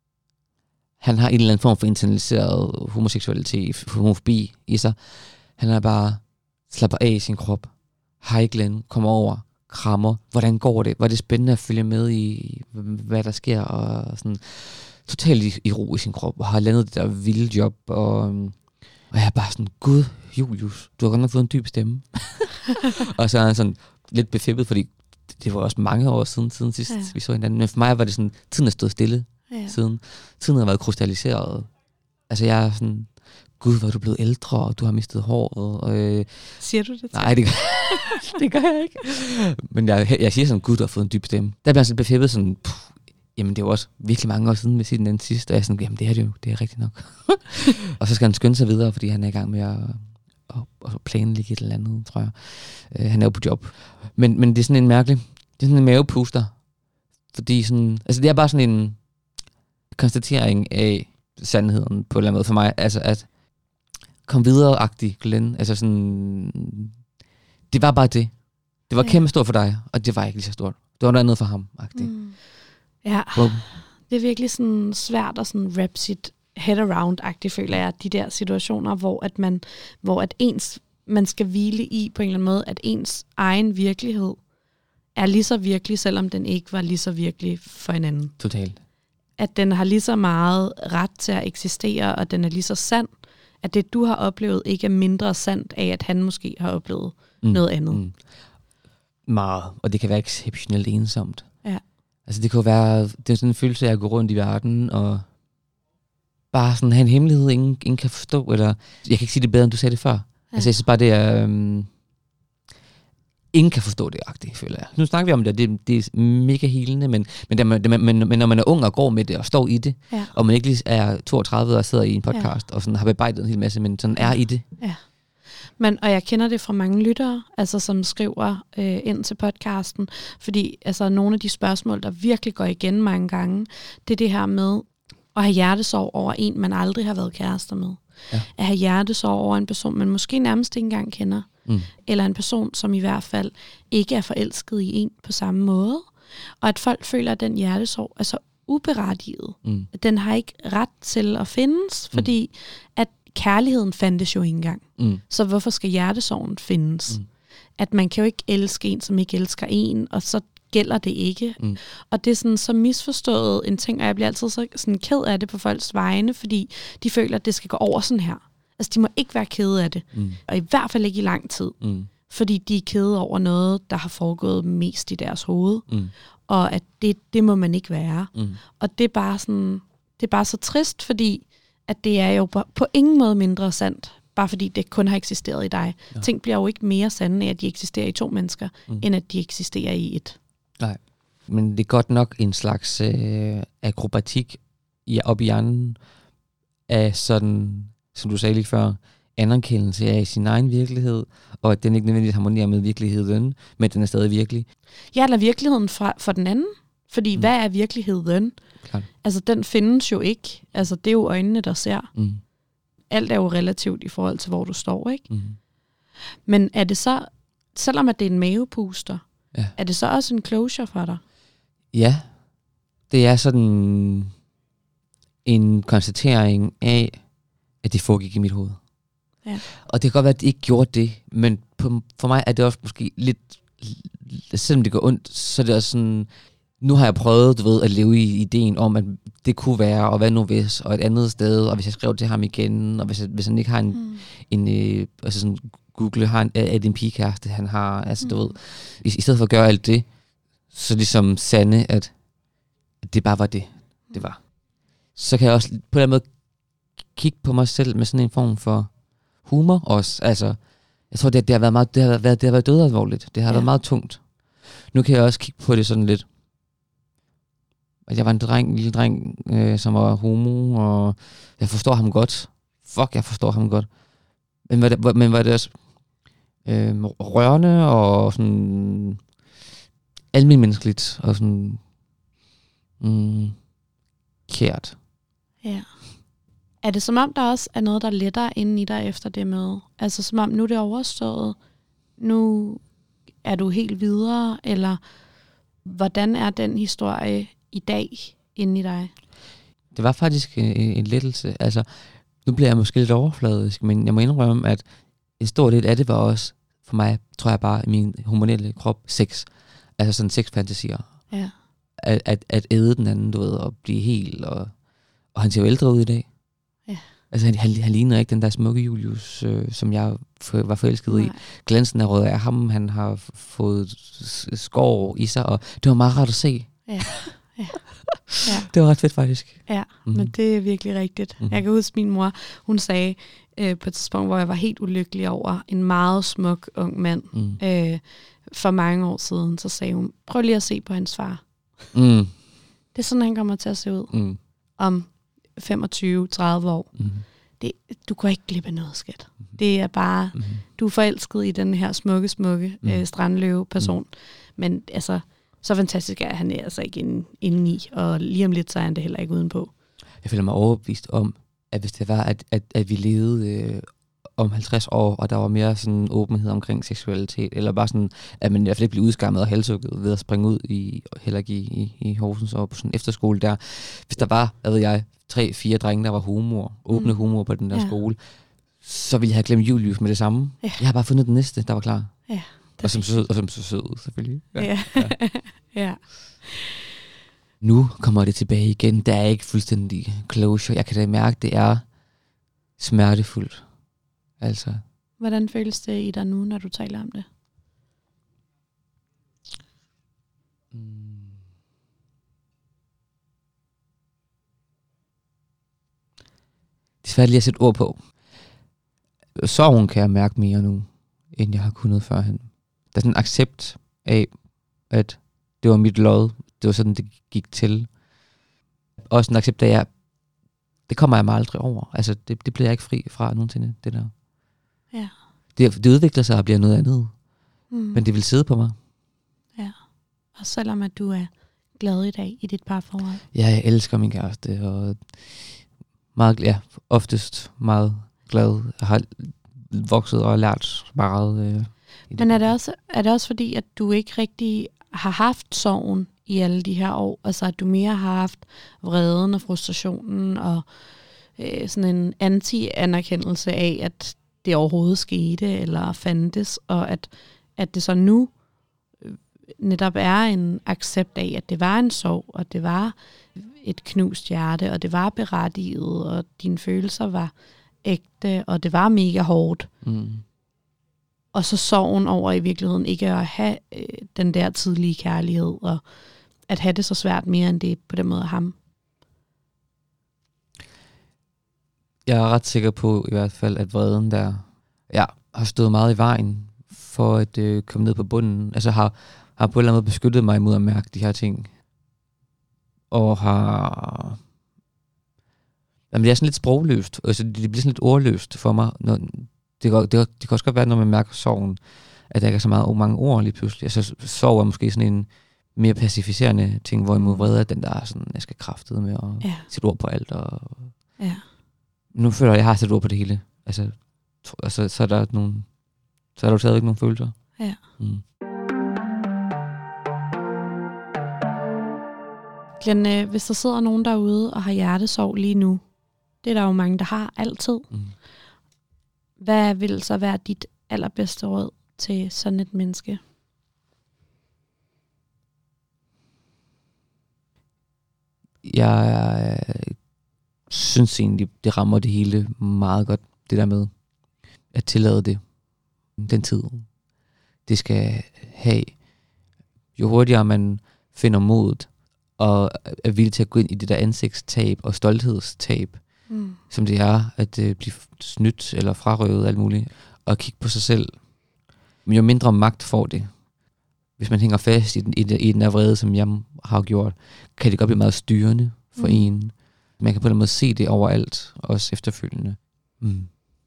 han har en eller anden form for internaliseret homoseksualitet, homofobi i sig. Han er bare slapper af i sin krop. Hej Glenn, kommer over, krammer. Hvordan går det? Var det spændende at følge med i, hvad der sker? Og sådan totalt i, i ro i sin krop. Og har landet det der vilde job. Og, og jeg er bare sådan, Gud, Julius, du har godt nok fået en dyb stemme. Og så er han sådan lidt befippet, fordi det var også mange år siden, siden sidst ja. vi så hinanden. Men for mig var det sådan, tiden er stået stille. Ja. Siden. Tiden har været krystalliseret. Altså jeg er sådan, Gud, hvor er du blevet ældre, og du har mistet håret. Og, øh, siger du det til? Nej, det gør, det gør jeg ikke. Men jeg, jeg siger sådan, Gud, du har fået en dyb stemme. Der bliver jeg sådan befippet sådan, puh, jamen det var også virkelig mange år siden, vi siger den sidste. Og jeg er sådan, jamen det er det jo, det er rigtigt nok. Og så skal han skynde sig videre, fordi han er i gang med at, at, at planlægge et eller andet, tror jeg. Uh, han er jo på job. Men, men det er sådan en mærkelig, det er sådan en mavepuster. Fordi sådan, altså det er bare sådan en konstatering af sandheden på en eller anden måde for mig. Altså at kom videre-agtig, Glenn. Altså sådan, det var bare det. Det var ja. kæmpe stort for dig, og det var ikke lige så stort. Det var noget andet for ham-agtigt. Mm. Ja, wow. Det er virkelig sådan svært at sådan wrap sit head around-agtigt, føler jeg, de der situationer, hvor at man, hvor at ens, man skal hvile i på en eller anden måde, at ens egen virkelighed er lige så virkelig, selvom den ikke var lige så virkelig for en anden. Totalt. At den har lige så meget ret til at eksistere, og den er lige så sand, at det, du har oplevet, ikke er mindre sandt af, at han måske har oplevet mm. noget andet. Mm. Meget. Og det kan være exceptionelt ensomt. Ja. Altså det kan være, det er sådan en følelse af at gå rundt i verden, og bare sådan have en hemmelighed, ingen, ingen kan forstå, eller jeg kan ikke sige det bedre, end du sagde det før. Ja. Altså jeg synes bare, det er, um, ingen kan forstå det, agtigt, føler jeg. Nu snakker vi om det, det, det er mega helende, men, men, det, men, men, men når man er ung og går med det, og står i det, ja. og man ikke lige er toogtredive og sidder i en podcast, ja. og sådan har bearbejdet en hel masse, men sådan er i det. Ja. Men, og jeg kender det fra mange lyttere, altså, som skriver øh, ind til podcasten, fordi altså, nogle af de spørgsmål, der virkelig går igen mange gange, det er det her med at have hjertesorg over en, man aldrig har været kærester med. Ja. At have hjertesorg over en person, man måske nærmest ikke engang kender. Mm. Eller en person, som i hvert fald ikke er forelsket i en på samme måde. Og at folk føler, at den hjertesorg er så uberettiget. Mm. Den har ikke ret til at findes, fordi mm. at kærligheden fandtes jo ikke engang. Mm. Så hvorfor skal hjertesorgen findes? Mm. At man kan jo ikke elske en, som ikke elsker en, og så gælder det ikke. Mm. Og det er sådan så misforstået en ting, og jeg bliver altid så sådan ked af det på folks vegne, fordi de føler, at det skal gå over sådan her. Altså, de må ikke være kede af det. Mm. Og i hvert fald ikke i lang tid. Mm. Fordi de er kede over noget, der har foregået mest i deres hoved. Mm. Og at det, det må man ikke være. Mm. Og det er bare sådan, det er bare så trist, fordi at det er jo på, på ingen måde mindre sandt, bare fordi det kun har eksisteret i dig. Ja. Ting bliver jo ikke mere sande af, at de eksisterer i to mennesker, mm. end at de eksisterer i et. Nej, men det er godt nok en slags øh, akrobatik i, op i hjernen af sådan, som du sagde lige før, anerkendelse af sin egen virkelighed, og at den ikke nødvendigvis harmonerer med virkeligheden, men den er stadig virkelig. Ja, eller virkeligheden for, for den anden. Fordi mm. hvad er virkeligheden? Klart. Altså, den findes jo ikke. Altså, det er jo øjnene, der ser. Mm. Alt er jo relativt i forhold til, hvor du står, ikke? Mm. Men er det så, selvom at det er en mavepuster, ja. er det så også en closure for dig? Ja. Det er sådan en konstatering af, at det foregik i mit hoved. Ja. Og det kan godt være, at det ikke gjorde det, men på, for mig er det også måske lidt, selvom det går ondt, så er det også sådan, nu har jeg prøvet, du ved, at leve i ideen om, at det kunne være, og hvad nu hvis, og et andet sted, og hvis jeg skrev til ham igen, og hvis, jeg, hvis han ikke har en, mm. en øh, altså sådan, Google har en, er det en pigekæreste, han har, altså mm. du ved, i, i stedet for at gøre alt det, så ligesom sande, at det bare var det, det var. Så kan jeg også på den måde kigge på mig selv med sådan en form for humor også, altså, jeg tror, det, det har været meget, det har været, det har været dødalvorligt, det har ja. været meget tungt. Nu kan jeg også kigge på det sådan lidt, at jeg var en dreng, en lille dreng, øh, som var homo, og jeg forstår ham godt. Fuck, jeg forstår ham godt. Men var det, men var det også øh, rørende og sådan almenmenneskeligt og sådan mm, kært. Ja. Er det som om, der også er noget, der er lettere inde i dig efter det møde? Altså som om, nu er det overstået, nu er du helt videre, eller hvordan er den historie i dag inde i dig? Det var faktisk en, en lettelse. Altså, nu bliver jeg måske lidt overfladisk, men jeg må indrømme, at en stor del af det var også, for mig, tror jeg bare, i min hormonelle krop, sex. Altså sådan sexfantasier. Ja. At, at, at æde den anden, du ved, og blive helt, og, og han ser jo ældre ud i dag. Ja. Altså, han, han, han ligner ikke den der smukke Julius, øh, som jeg for, var forelsket Nej. i. Glansen er rød af ham, han har fået skår i sig, og det var meget rart at se. Ja. Ja. Ja. Det var ret fedt faktisk. Ja, mm-hmm. men det er virkelig rigtigt. Mm-hmm. Jeg kan huske min mor, hun sagde øh, på et tidspunkt, hvor jeg var helt ulykkelig over en meget smuk ung mand mm. øh, for mange år siden, så sagde hun, prøv lige at se på hans far. Mm. Det er sådan, han kommer til at se ud mm. om femogtyve til tredive år. Mm. Det, du går ikke glip af noget, skat. Mm. Det er bare, mm. du er forelsket i den her smukke, smukke mm. øh, strandløve person. Mm. Men altså, så fantastisk er han altså ikke inde, inde i, og lige om lidt, så er han det heller ikke udenpå. Jeg føler mig overbevist om, at hvis det var, at, at, at vi levede øh, om halvtreds år, og der var mere sådan åbenhed omkring seksualitet, eller bare sådan, at man i hvert fald ikke blev udskammet og halshugget ved at springe ud i, heller ikke i, i, i Horsens og på sådan en efterskole der. Hvis der var, hvad ved jeg, tre, fire drenge, der var homoer, åbne mm. homoer på den der ja. skole, så ville jeg have glemt Julius med det samme. Ja. Jeg har bare fundet den næste, der var klar. Ja. Og som, sød, og som så sød, selvfølgelig. Ja. Ja. Ja. ja. Nu kommer det tilbage igen. Der er ikke fuldstændig closure. Jeg kan da mærke, det er smertefuldt. Altså. Hvordan føles det i dig nu, når du taler om det? Mm. Det er svært lige at sætte ord på. Sorgen kan jeg mærke mere nu, end jeg har kunnet førhen. Der er sådan en accept af, at det var mit lod. Det var sådan, det gik til. Også en accept af, at jeg, det kommer jeg mig aldrig over. Altså, det, det bliver jeg ikke fri fra nogensinde, det der. Ja. Det, det udvikler sig og bliver noget andet. Mm. Men det vil sidde på mig. Ja. Og selvom at du er glad i dag i dit parforhold. Ja, jeg elsker min kæreste. Og meget, ja, oftest meget glad. Jeg har vokset og lært meget. Øh, Men er det, også, er det også fordi, at du ikke rigtig har haft sorgen i alle de her år? Altså at du mere har haft vreden og frustrationen og øh, sådan en anti-anerkendelse af, at det overhovedet skete eller fandtes, og at, at det så nu øh, netop er en accept af, at det var en sorg, og det var et knust hjerte, og det var berettiget, og dine følelser var ægte, og det var mega hårdt. Mm. Og så sorgen over i virkeligheden ikke at have øh, den der tidlige kærlighed, og at have det så svært mere, end det på den måde ham. Jeg er ret sikker på i hvert fald, at vreden der ja, har stået meget i vejen for at øh, komme ned på bunden. Altså har, har på en eller anden måde beskyttet mig mod at mærke de her ting. Og har... Jamen, det er sådan lidt sprogløst. Altså, det bliver sådan lidt ordløst for mig. Når, det, kan, det, kan, det kan også godt være, når man mærker sorgen, at der ikke er så meget, mange ord lige pludselig. Altså, sorg er måske sådan en mere pacificerende ting, hvorimod vrede er den, der er sådan, jeg skal kraftede med at ja. sætte ord på alt. Og ja. Nu føler jeg, at jeg har sat ord på det hele. Altså, to, altså så er der nogle, så er der jo stadig ikke nogen følelser. Ja. Mm. Glenn, øh, hvis der sidder nogen derude og har hjertesorg lige nu, det er der jo mange, der har altid. Mm. Hvad vil så være dit allerbedste råd til sådan et menneske? Jeg synes egentlig, det rammer det hele meget godt, det der med at tillade det. Den tid, det skal have. Jo hurtigere man finder modet, og er villig til at gå ind i det der ansigtstab og stolthedstab, mm. som det er at uh, blive snydt eller frarøvet alt muligt, og kigge på sig selv. Men jo mindre magt får det. Hvis man hænger fast i den, i den, i den der vrede, som jeg har gjort, kan det godt blive meget styrende for mm. en. Man kan på en måde se det overalt, også efterfølgende. Mm.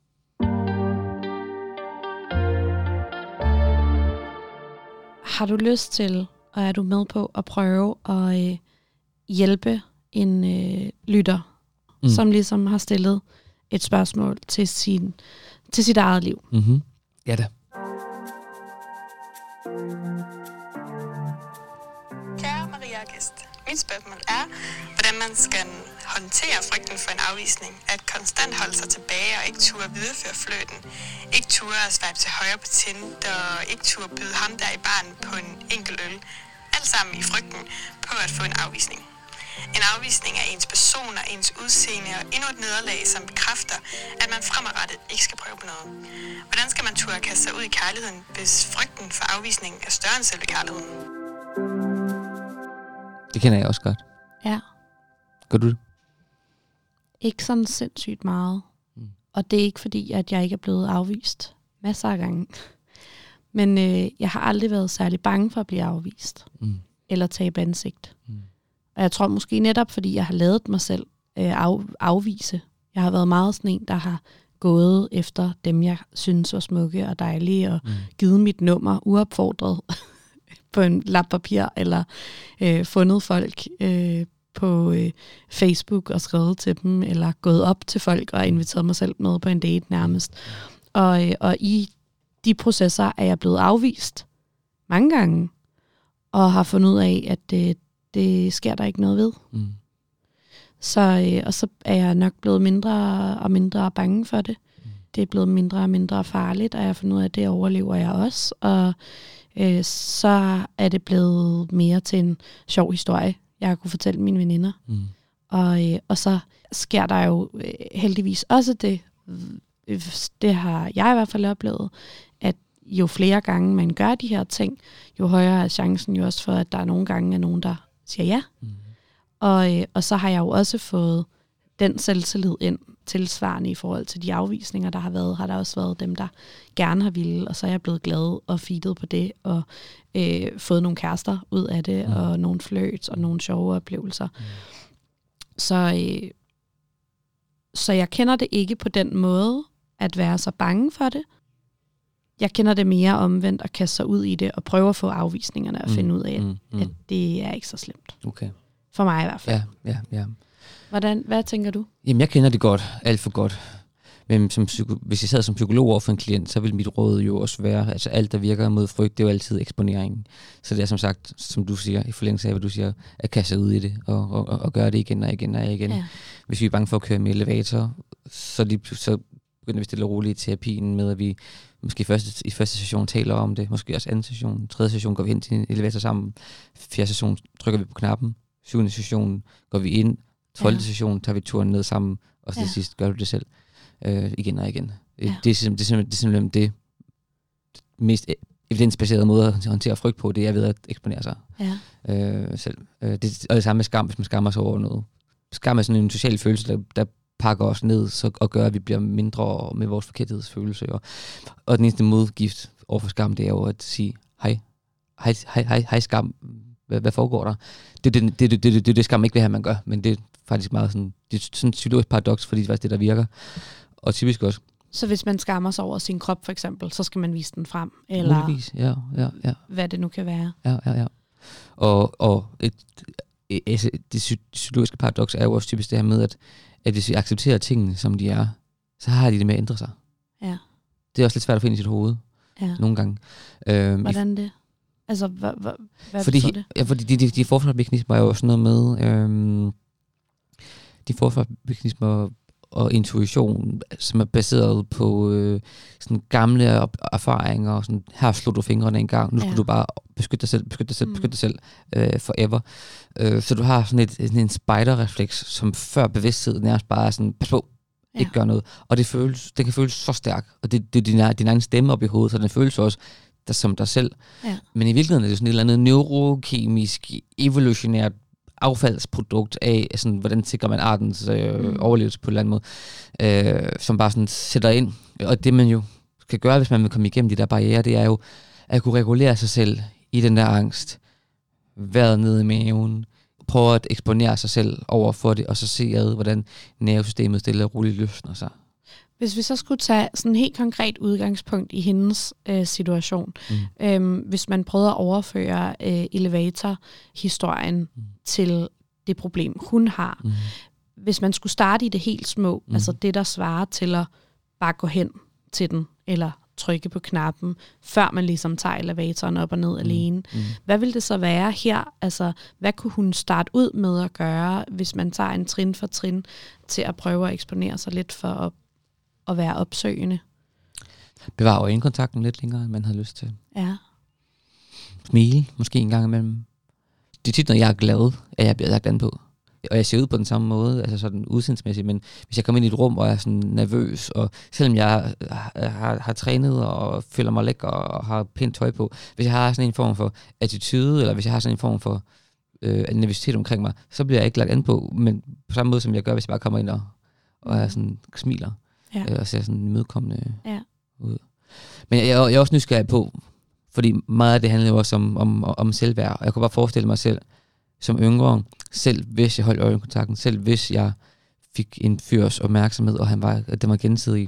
Har du lyst til, og er du med på at prøve at øh, hjælpe en øh, lytter, mm. som ligesom har stillet et spørgsmål til, sin, til sit eget liv? Mm-hmm. Ja da. Kære Maria og gæst, mit spørgsmål er, hvordan man skal håndtere frygten for en afvisning, at konstant holde sig tilbage og ikke turde videreføre fløten, ikke turde at swipe til højre på Tinder og ikke turde byde ham der i baren på en enkelt øl. Alt sammen i frygten på at få en afvisning. En afvisning af ens person og ens udseende og endnu et nederlag, som bekræfter, at man fremadrettet ikke skal prøve på noget. Hvordan skal man turde kaste sig ud i kærligheden, hvis frygten for afvisning er større end selve kærligheden? Det kender jeg også godt. Ja. Gør du det? Ikke sådan sindssygt meget. Mm. Og det er ikke fordi, at jeg ikke er blevet afvist masser af gange. Men øh, jeg har aldrig været særlig bange for at blive afvist. Mm. Eller tabe ansigt. Mm. Og jeg tror måske netop, fordi jeg har lavet mig selv øh, af, afvise. Jeg har været meget sådan en, der har gået efter dem, jeg synes var smukke og dejlige, og mm. givet mit nummer uopfordret på en lap papir, eller øh, fundet folk øh, på øh, Facebook og skrevet til dem, eller gået op til folk og inviteret mig selv med på en date nærmest. Og, øh, og i de processer er jeg blevet afvist mange gange, og har fundet ud af, at det, det sker der ikke noget ved. Mm. Så, øh, og så er jeg nok blevet mindre og mindre bange for det. Mm. Det er blevet mindre og mindre farligt, og jeg har fundet ud af, at det overlever jeg også. Og øh, så er det blevet mere til en sjov historie, jeg har kunne fortælle mine veninder. Mm. Og, øh, og så sker der jo øh, heldigvis også det, det har jeg i hvert fald oplevet, at jo flere gange man gør de her ting, jo højere er chancen jo også for, at der er nogle gange er nogen, der siger ja. Mm. Og, øh, og så har jeg jo også fået den selvtillid ind tilsvarende i forhold til de afvisninger, der har været. Har der også været dem, der gerne har ville, og så er jeg blevet glad og feedet på det, og øh, fået nogle kærester ud af det, mm. og nogle flirts og nogle sjove oplevelser. Mm. Så, øh, så jeg kender det ikke på den måde, at være så bange for det. Jeg kender det mere omvendt at kaste sig ud i det, og prøve at få afvisningerne og mm. finde ud af, at, mm. Mm. at det er ikke så slemt. Okay. For mig i hvert fald. Ja, ja, ja. Hvordan, hvad tænker du? Jamen, jeg kender det godt, alt for godt. Men som psyko- hvis jeg sad som psykolog over for en klient, så vil mit råd jo også være, altså alt, der virker mod frygt, det er jo altid eksponeringen. Så det er som sagt, som du siger, i forlængelse af, hvad du siger, at kaste sig ud i det, og, og, og gøre det igen og igen og igen. Ja. Hvis vi er bange for at køre med elevator, så, de, så begynder vi stille og roligt i terapien med, at vi måske i første, i første session taler om det, måske også anden session, tredje session går vi hen til en elevator sammen, fjerde session trykker vi på knappen, syvende session går vi ind, tolvte ja. session tager vi turen ned sammen, og så til ja. sidst gør du det selv. Øh, igen og igen. Ja. Det, er simpelthen, det, er simpelthen, det er simpelthen det mest evidensbaserede måde at håndtere frygt på, det er ved at eksponere sig ja. øh, selv. Øh, det, og det samme med skam, hvis man skammer sig over noget. Skam er sådan en social følelse, der, der pakker os ned så, og gør, at vi bliver mindre med vores forkerthedsfølelse. Og, og den eneste modgift overfor skam, det er jo at sige, hej, hej, hej, hej, hej skam, hvad, hvad foregår der? Det er det, det, det, det, det, det, det skam ikke vil have, man gør, men det er faktisk meget sådan, det er sådan et psykologisk paradoks, fordi det er det, der virker. Og typisk også. Så hvis man skammer sig over sin krop, for eksempel, så skal man vise den frem? Eller muligvis, ja, ja, ja. Hvad det nu kan være? Ja, ja, ja. Og, og et, et, det psykologiske paradoks er jo også typisk det her med, at, at hvis vi accepterer tingene, som de er, så har de det med at ændre sig. Ja. Det er også lidt svært at finde i sit hoved, ja. nogle gange. Øhm, Hvordan det? Altså, hvad, hvad, hvad fordi, betyder det? Ja, fordi de, de, de forsvarsmekanismer er jo sådan noget med, øhm, de forsvarsmekanismer og intuition, som er baseret på øh, sådan gamle erfaringer, og sådan, her slog du fingrene en gang, nu skal ja. du bare beskytte dig selv, beskytte dig selv, mm. beskytte dig selv øh, forever. Øh, så du har sådan, et, sådan en spider-refleks, som før bevidsthed nærmest bare er sådan, pas på, ja. ikke gør noget. Og det, føles, det kan føles så stærkt, og det, det er din, din egen stemme op i hovedet, så den føles også der, som dig selv. Ja. Men i virkeligheden er det sådan et eller andet neurokemisk, evolutionært affaldsprodukt af, sådan, hvordan sikrer man artens øh, mm. overlevelse på en eller anden måde, øh, som bare sådan sætter ind. Og det man jo kan gøre, hvis man vil komme igennem de der barrierer, det er jo at kunne regulere sig selv i den der angst, vejret ned i maven, prøve at eksponere sig selv over for det, og så se ad, hvordan nervesystemet stille og roligt løsner sig. Hvis vi så skulle tage sådan helt konkret udgangspunkt i hendes øh, situation, mm. øhm, hvis man prøvede at overføre øh, elevator-historien mm. til det problem, hun har. Mm. Hvis man skulle starte i det helt små, mm. altså det, der svarer til at bare gå hen til den, eller trykke på knappen, før man ligesom tager elevatoren op og ned mm. alene. Mm. Hvad vil det så være her? Altså, hvad kunne hun starte ud med at gøre, hvis man tager en trin for trin til at prøve at eksponere sig lidt for at at være opsøgende? Bevare øjenkontakten lidt længere, end man havde lyst til. Ja. Smile, måske en gang imellem. Det er tit, når jeg er glad, at jeg bliver lagt an på. Og jeg ser ud på den samme måde, altså sådan udsendsmæssigt, men hvis jeg kommer ind i et rum, og jeg er sådan nervøs, og selvom jeg har, har, har trænet og føler mig lækker og har pænt tøj på, hvis jeg har sådan en form for attitude, eller hvis jeg har sådan en form for øh, nervøsitet omkring mig, så bliver jeg ikke lagt an på, men på samme måde, som jeg gør, hvis jeg bare kommer ind og, og jeg sådan smiler. Ja. Øh, og ser sådan imødekommende ja. ud. Men jeg, jeg er også nysgerrig på, fordi meget af det handler jo også om, om, om selvværd, og jeg kunne bare forestille mig selv, som yngre, selv hvis jeg holdt øjenkontakten, selv hvis jeg fik en fyrs opmærksomhed, og han var, at den var gensidig,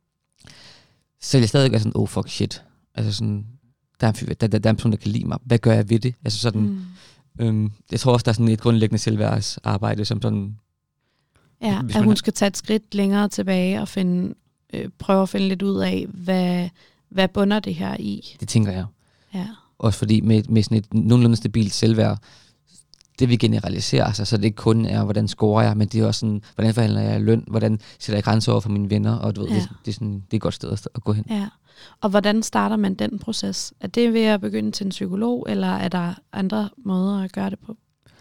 så jeg stadig er sådan, oh fuck shit, altså sådan, der er, en fyr, der, der, der er en person, der kan lide mig, hvad gør jeg ved det? Altså sådan, mm. øhm, jeg tror også, der er sådan et grundlæggende selvværdsarbejde, som sådan, ja, at hun skal tage et skridt længere tilbage og finde, øh, prøve at finde lidt ud af, hvad, hvad bunder det her i. Det tænker jeg. Ja. Også fordi med, med sådan et nogenlunde stabilt selvværd, det vi generaliserer sig, så det ikke kun er, hvordan scorer jeg, men det er også sådan, hvordan forhandler jeg løn, hvordan sætter jeg grænser over for mine venner, og du ved, ja. det, det, er sådan, det er et godt sted at gå hen. Ja. Og hvordan starter man den proces? Er det ved at begynde til en psykolog, eller er der andre måder at gøre det på?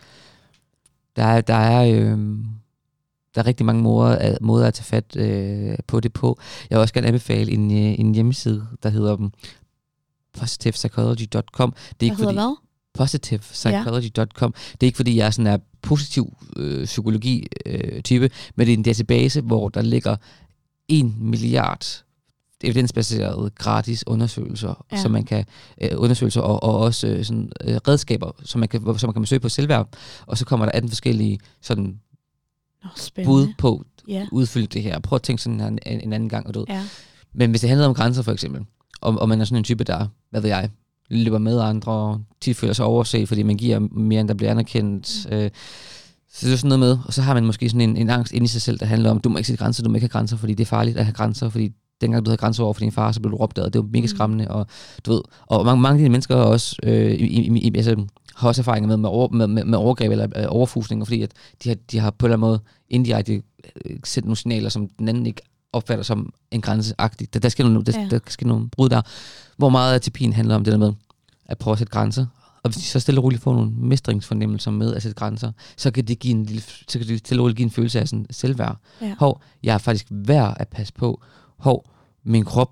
Der er, der er øh, Der er rigtig mange måder at, måder at tage fat øh, på det på. Jeg vil også gerne anbefale en, en hjemmeside, der hedder positive psychology dot com. Det er ikke fordi, hvad? positive psychology dot com. Det er ikke fordi, jeg er sådan en positiv øh, psykologi-type, øh, men det er en database, hvor der ligger en milliard evidensbaserede gratis undersøgelser, ja. som man kan øh, undersøgelser og, og også øh, sådan, øh, redskaber, som man kan, som man kan besøge på selvværd. Og så kommer der atten forskellige sådan oh, bud på yeah. udfylde det her. Prøv at tænke sådan her en, en anden gang. Og du. Ja. Men hvis det handler om grænser for eksempel, og, og man er sådan en type, der, hvad ved jeg, løber med andre, tit føler sig overset, fordi man giver mere, end der bliver anerkendt. Mm. Øh, så det er sådan noget med, og så har man måske sådan en, en angst inde i sig selv, der handler om, du må ikke sætte grænser, du må ikke have grænser, fordi det er farligt at have grænser, fordi dengang du havde grænser over for din far, så blev du opdaget, det var mega skræmmende, og du ved, og mange, mange af de mennesker har også, øh, i, i, i, altså, har også erfaringer med, med, over, med, med, med overgreb eller øh, overfusninger, fordi at de, har, de har på en eller anden måde indirekte øh, sendt nogle signaler, som den anden ikke opfatter som en grænseagtig. Der, der, sker nogle, der, ja. der sker nogle brud der, hvor meget af terapien handler om det der med at prøve at sætte grænser. Og hvis de så stille og roligt får nogle mestringsfornemmelser med at sætte grænser, så kan det give en lille, så kan det stille og roligt give en følelse af sådan selvværd. Ja. Hov, jeg er faktisk værd at passe på. Hov, min krop,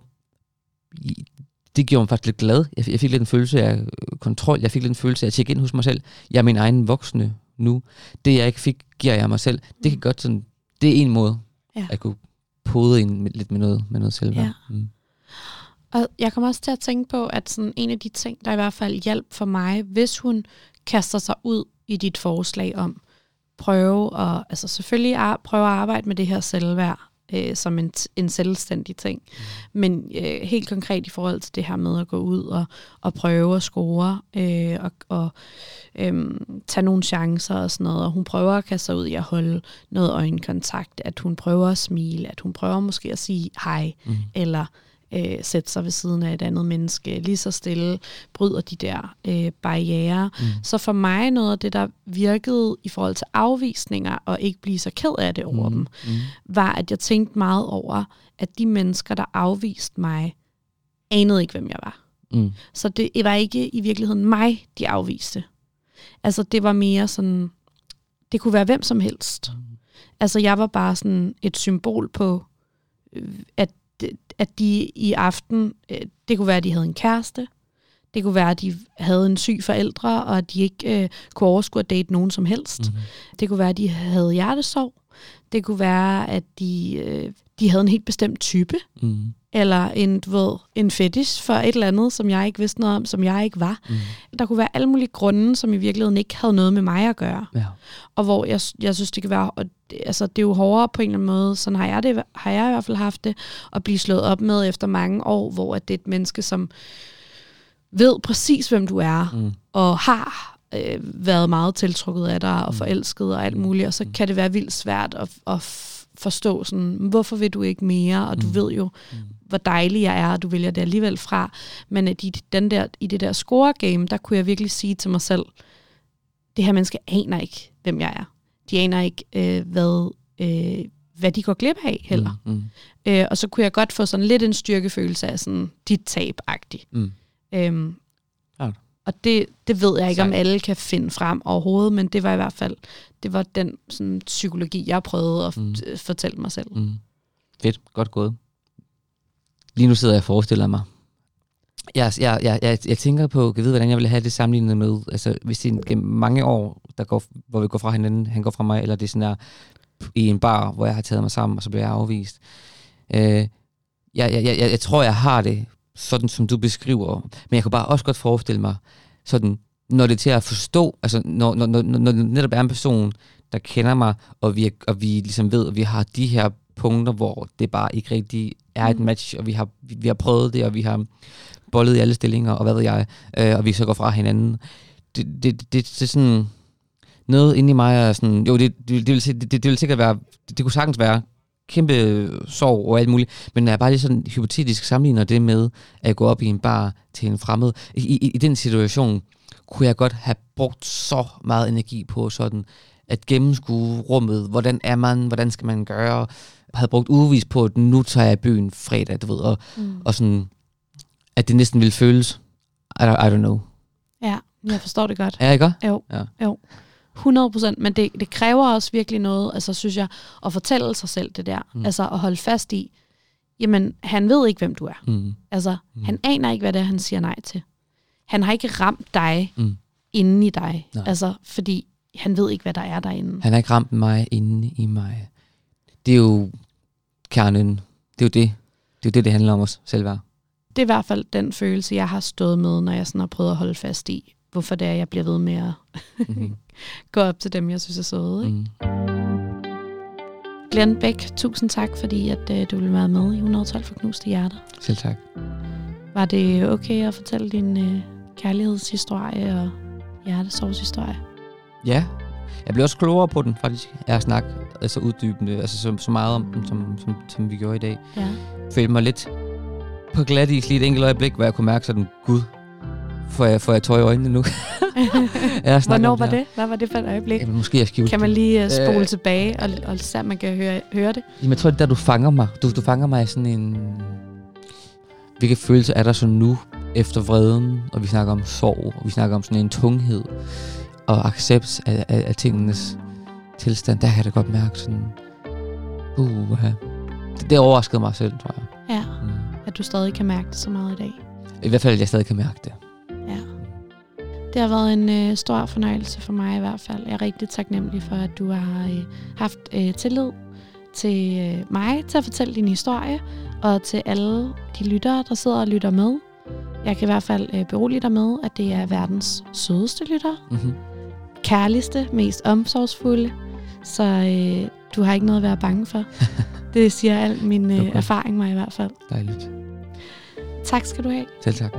det gjorde mig faktisk lidt glad. Jeg, jeg fik lidt en følelse af kontrol. Jeg fik lidt en følelse af at tjekke ind hos mig selv. Jeg er min egen voksne nu. Det jeg ikke fik, giver jeg mig selv. Det kan godt sådan, det er en måde. Ja. At kunne pode ind med, lidt med noget, med noget selvværd. Ja. Mm. Og jeg kommer også til at tænke på, at sådan en af de ting, der i hvert fald hjælp for mig, hvis hun kaster sig ud i dit forslag om prøve at, altså selvfølgelig ar- prøve at arbejde med det her selvværd øh, som en, t- en selvstændig ting. Mm. Men øh, helt konkret i forhold til det her med at gå ud og, og prøve at score øh, og, og øh, tage nogle chancer og sådan noget. Og hun prøver at kaste sig ud i at holde noget øjenkontakt, at hun prøver at smile, at hun prøver måske at sige hej, mm. eller Øh, sætte sig ved siden af et andet menneske, lige så stille, bryder de der øh, barrierer. Mm. Så for mig noget af det, der virkede i forhold til afvisninger, og ikke blive så ked af det over mm. dem, mm. var, at jeg tænkte meget over, at de mennesker, der afviste mig, anede ikke, hvem jeg var. Mm. Så det var ikke i virkeligheden mig, de afviste. Altså det var mere sådan, det kunne være hvem som helst. Mm. Altså jeg var bare sådan et symbol på, at at de i aften, det kunne være, at de havde en kæreste, det kunne være, at de havde en syg forældre, og at de ikke øh, kunne overskue at date nogen som helst. Mm-hmm. Det kunne være, at de havde hjertesorg. Det kunne være, at de, øh, de havde en helt bestemt type, mm-hmm. eller en, du ved, en fetish for et eller andet, som jeg ikke vidste noget om, som jeg ikke var. Mm-hmm. Der kunne være alle mulige grunde, som i virkeligheden ikke havde noget med mig at gøre. Ja. Og hvor jeg, jeg synes, det kan være, og det, altså, det er jo hårdere på en eller anden måde, sådan har jeg, det, har jeg i hvert fald haft det, at blive slået op med efter mange år, hvor at det er et menneske, som ved præcis, hvem du er, mm. og har øh, været meget tiltrukket af dig, og forelsket og alt muligt, og så kan det være vildt svært at, at forstå sådan, hvorfor vil du ikke mere, og du mm. ved jo, mm. hvor dejlig jeg er, og du vælger det alligevel fra. Men at i, den der, i det der score-game, der kunne jeg virkelig sige til mig selv, det her menneske aner ikke, hvem jeg er. De aner ikke, øh, hvad, øh, hvad de går glip af heller. Mm. Mm. Øh, og så kunne jeg godt få sådan lidt en styrkefølelse af sådan, dit tab-agtigt. Mm. Øhm, ja. Og det, det ved jeg ikke, Sej. om alle kan finde frem overhovedet, men det var i hvert fald, det var den sådan, psykologi, jeg prøvede at mm. f- fortælle mig selv. Mm. Fedt, godt gået. Lige nu sidder jeg og forestiller mig. Jeg, jeg, jeg, jeg, jeg tænker på, kan vide, hvordan jeg ville have det sammenlignet med, altså hvis det er gennem mange år, der går, hvor vi går fra hinanden, han går fra mig, eller det er sådan der, i en bar, hvor jeg har taget mig sammen, og så bliver jeg afvist. Øh, jeg, jeg, jeg, jeg tror, jeg har det sådan, som du beskriver, men jeg kan bare også godt forestille mig, sådan, når det er til at forstå, altså når, når, når, når det netop er en person, der kender mig, og vi, og vi ligesom ved, at vi har de her punkter, hvor det bare ikke rigtig er et match, og vi har, vi, vi har prøvet det, og vi har bollet i alle stillinger, og hvad ved jeg, øh, og vi så går fra hinanden. Det, det, det, det er sådan noget inde i mig, er sådan, jo, det, det, det, vil, det, det vil sikkert være, det, det kunne sagtens være kæmpe sorg og alt muligt, men når jeg bare lige sådan hypotetisk sammenligner det med at gå op i en bar til en fremmed, i, i, i den situation kunne jeg godt have brugt så meget energi på sådan at gennemskue rummet, hvordan er man, hvordan skal man gøre, jeg havde brugt ugevis på, at nu tager jeg i byen fredag, du ved, og, mm. og sådan, at det næsten ville føles, I don't, I don't know. Ja, jeg forstår det godt. Ja, ikke? Jo, ja. jo. hundrede procent, men det, det kræver også virkelig noget, altså synes jeg, at fortælle sig selv det der, mm. altså at holde fast i, jamen, han ved ikke, hvem du er. Mm. Altså, mm. han aner ikke, hvad det er, han siger nej til. Han har ikke ramt dig mm. inde i dig, nej. Altså, fordi han ved ikke, hvad der er derinde. Han har ikke ramt mig inde i mig. Det er jo kernen. Det er jo det. Det er jo det, det handler om os selvværd. Det er i hvert fald den følelse, jeg har stået med, når jeg sådan har prøvet at holde fast i, hvorfor det er, jeg bliver ved med at mm-hmm. gå op til dem, jeg synes er søde. Ikke? Mm. Glenn Bæk, tusind tak, fordi at, uh, du ville være med i hundrede og tolv for knuste hjerter. Selv tak. Var det okay at fortælle din uh, kærlighedshistorie og hjertesorgshistorie? Ja, jeg blev også klogere på den, faktisk. Jeg har snakket altså uddybende, altså så, så meget om den, som, som, som vi gjorde i dag. Ja. Følte mig lidt på glat is lige et enkelt øjeblik, hvor jeg kunne mærke sådan, gud, får jeg, får jeg tøj i øjnene nu? Hvornår var det? Hvad var det for et øjeblik? Jamen, måske jeg skjulte. Kan man lige uh, spole øh, tilbage, og, og så man kan høre, høre det? Jamen, jeg tror, det er der, du fanger mig. Du, du fanger mig i sådan en... Hvilke følelser er der så nu, efter vreden, og vi snakker om sorg, og vi snakker om sådan en tunghed, og accept af, af, af tingenes tilstand. Der kan jeg da godt mærke sådan... Uh, det, det overraskede mig selv, tror jeg. Ja, mm. At du stadig kan mærke det så meget i dag. I hvert fald, at jeg stadig kan mærke det. Ja. Det har været en øh, stor fornøjelse for mig i hvert fald. Jeg er rigtig taknemmelig for, at du har øh, haft øh, tillid til øh, mig til at fortælle din historie, og til alle de lyttere, der sidder og lytter med. Jeg kan i hvert fald øh, berolige dig med, at det er verdens sødeste lyttere. Mm-hmm. Kærligste, mest omsorgsfulde. Så øh, du har ikke noget at være bange for. Det siger al min øh, okay. erfaring mig i hvert fald. Dejligt. Tak skal du have. Selv tak.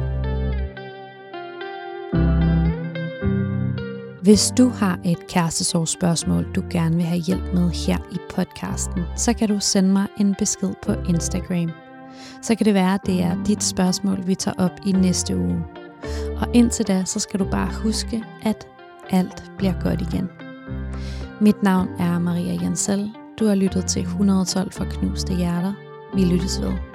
Hvis du har et kærestesorgsspørgsmål, du gerne vil have hjælp med her i podcasten, så kan du sende mig en besked på Instagram. Så kan det være, at det er dit spørgsmål, vi tager op i næste uge. Og indtil da, så skal du bare huske, at alt bliver godt igen. Mit navn er Maria Jensel. Du har lyttet til et hundrede og tolv for Knuste Hjerter. Vi lyttes ved.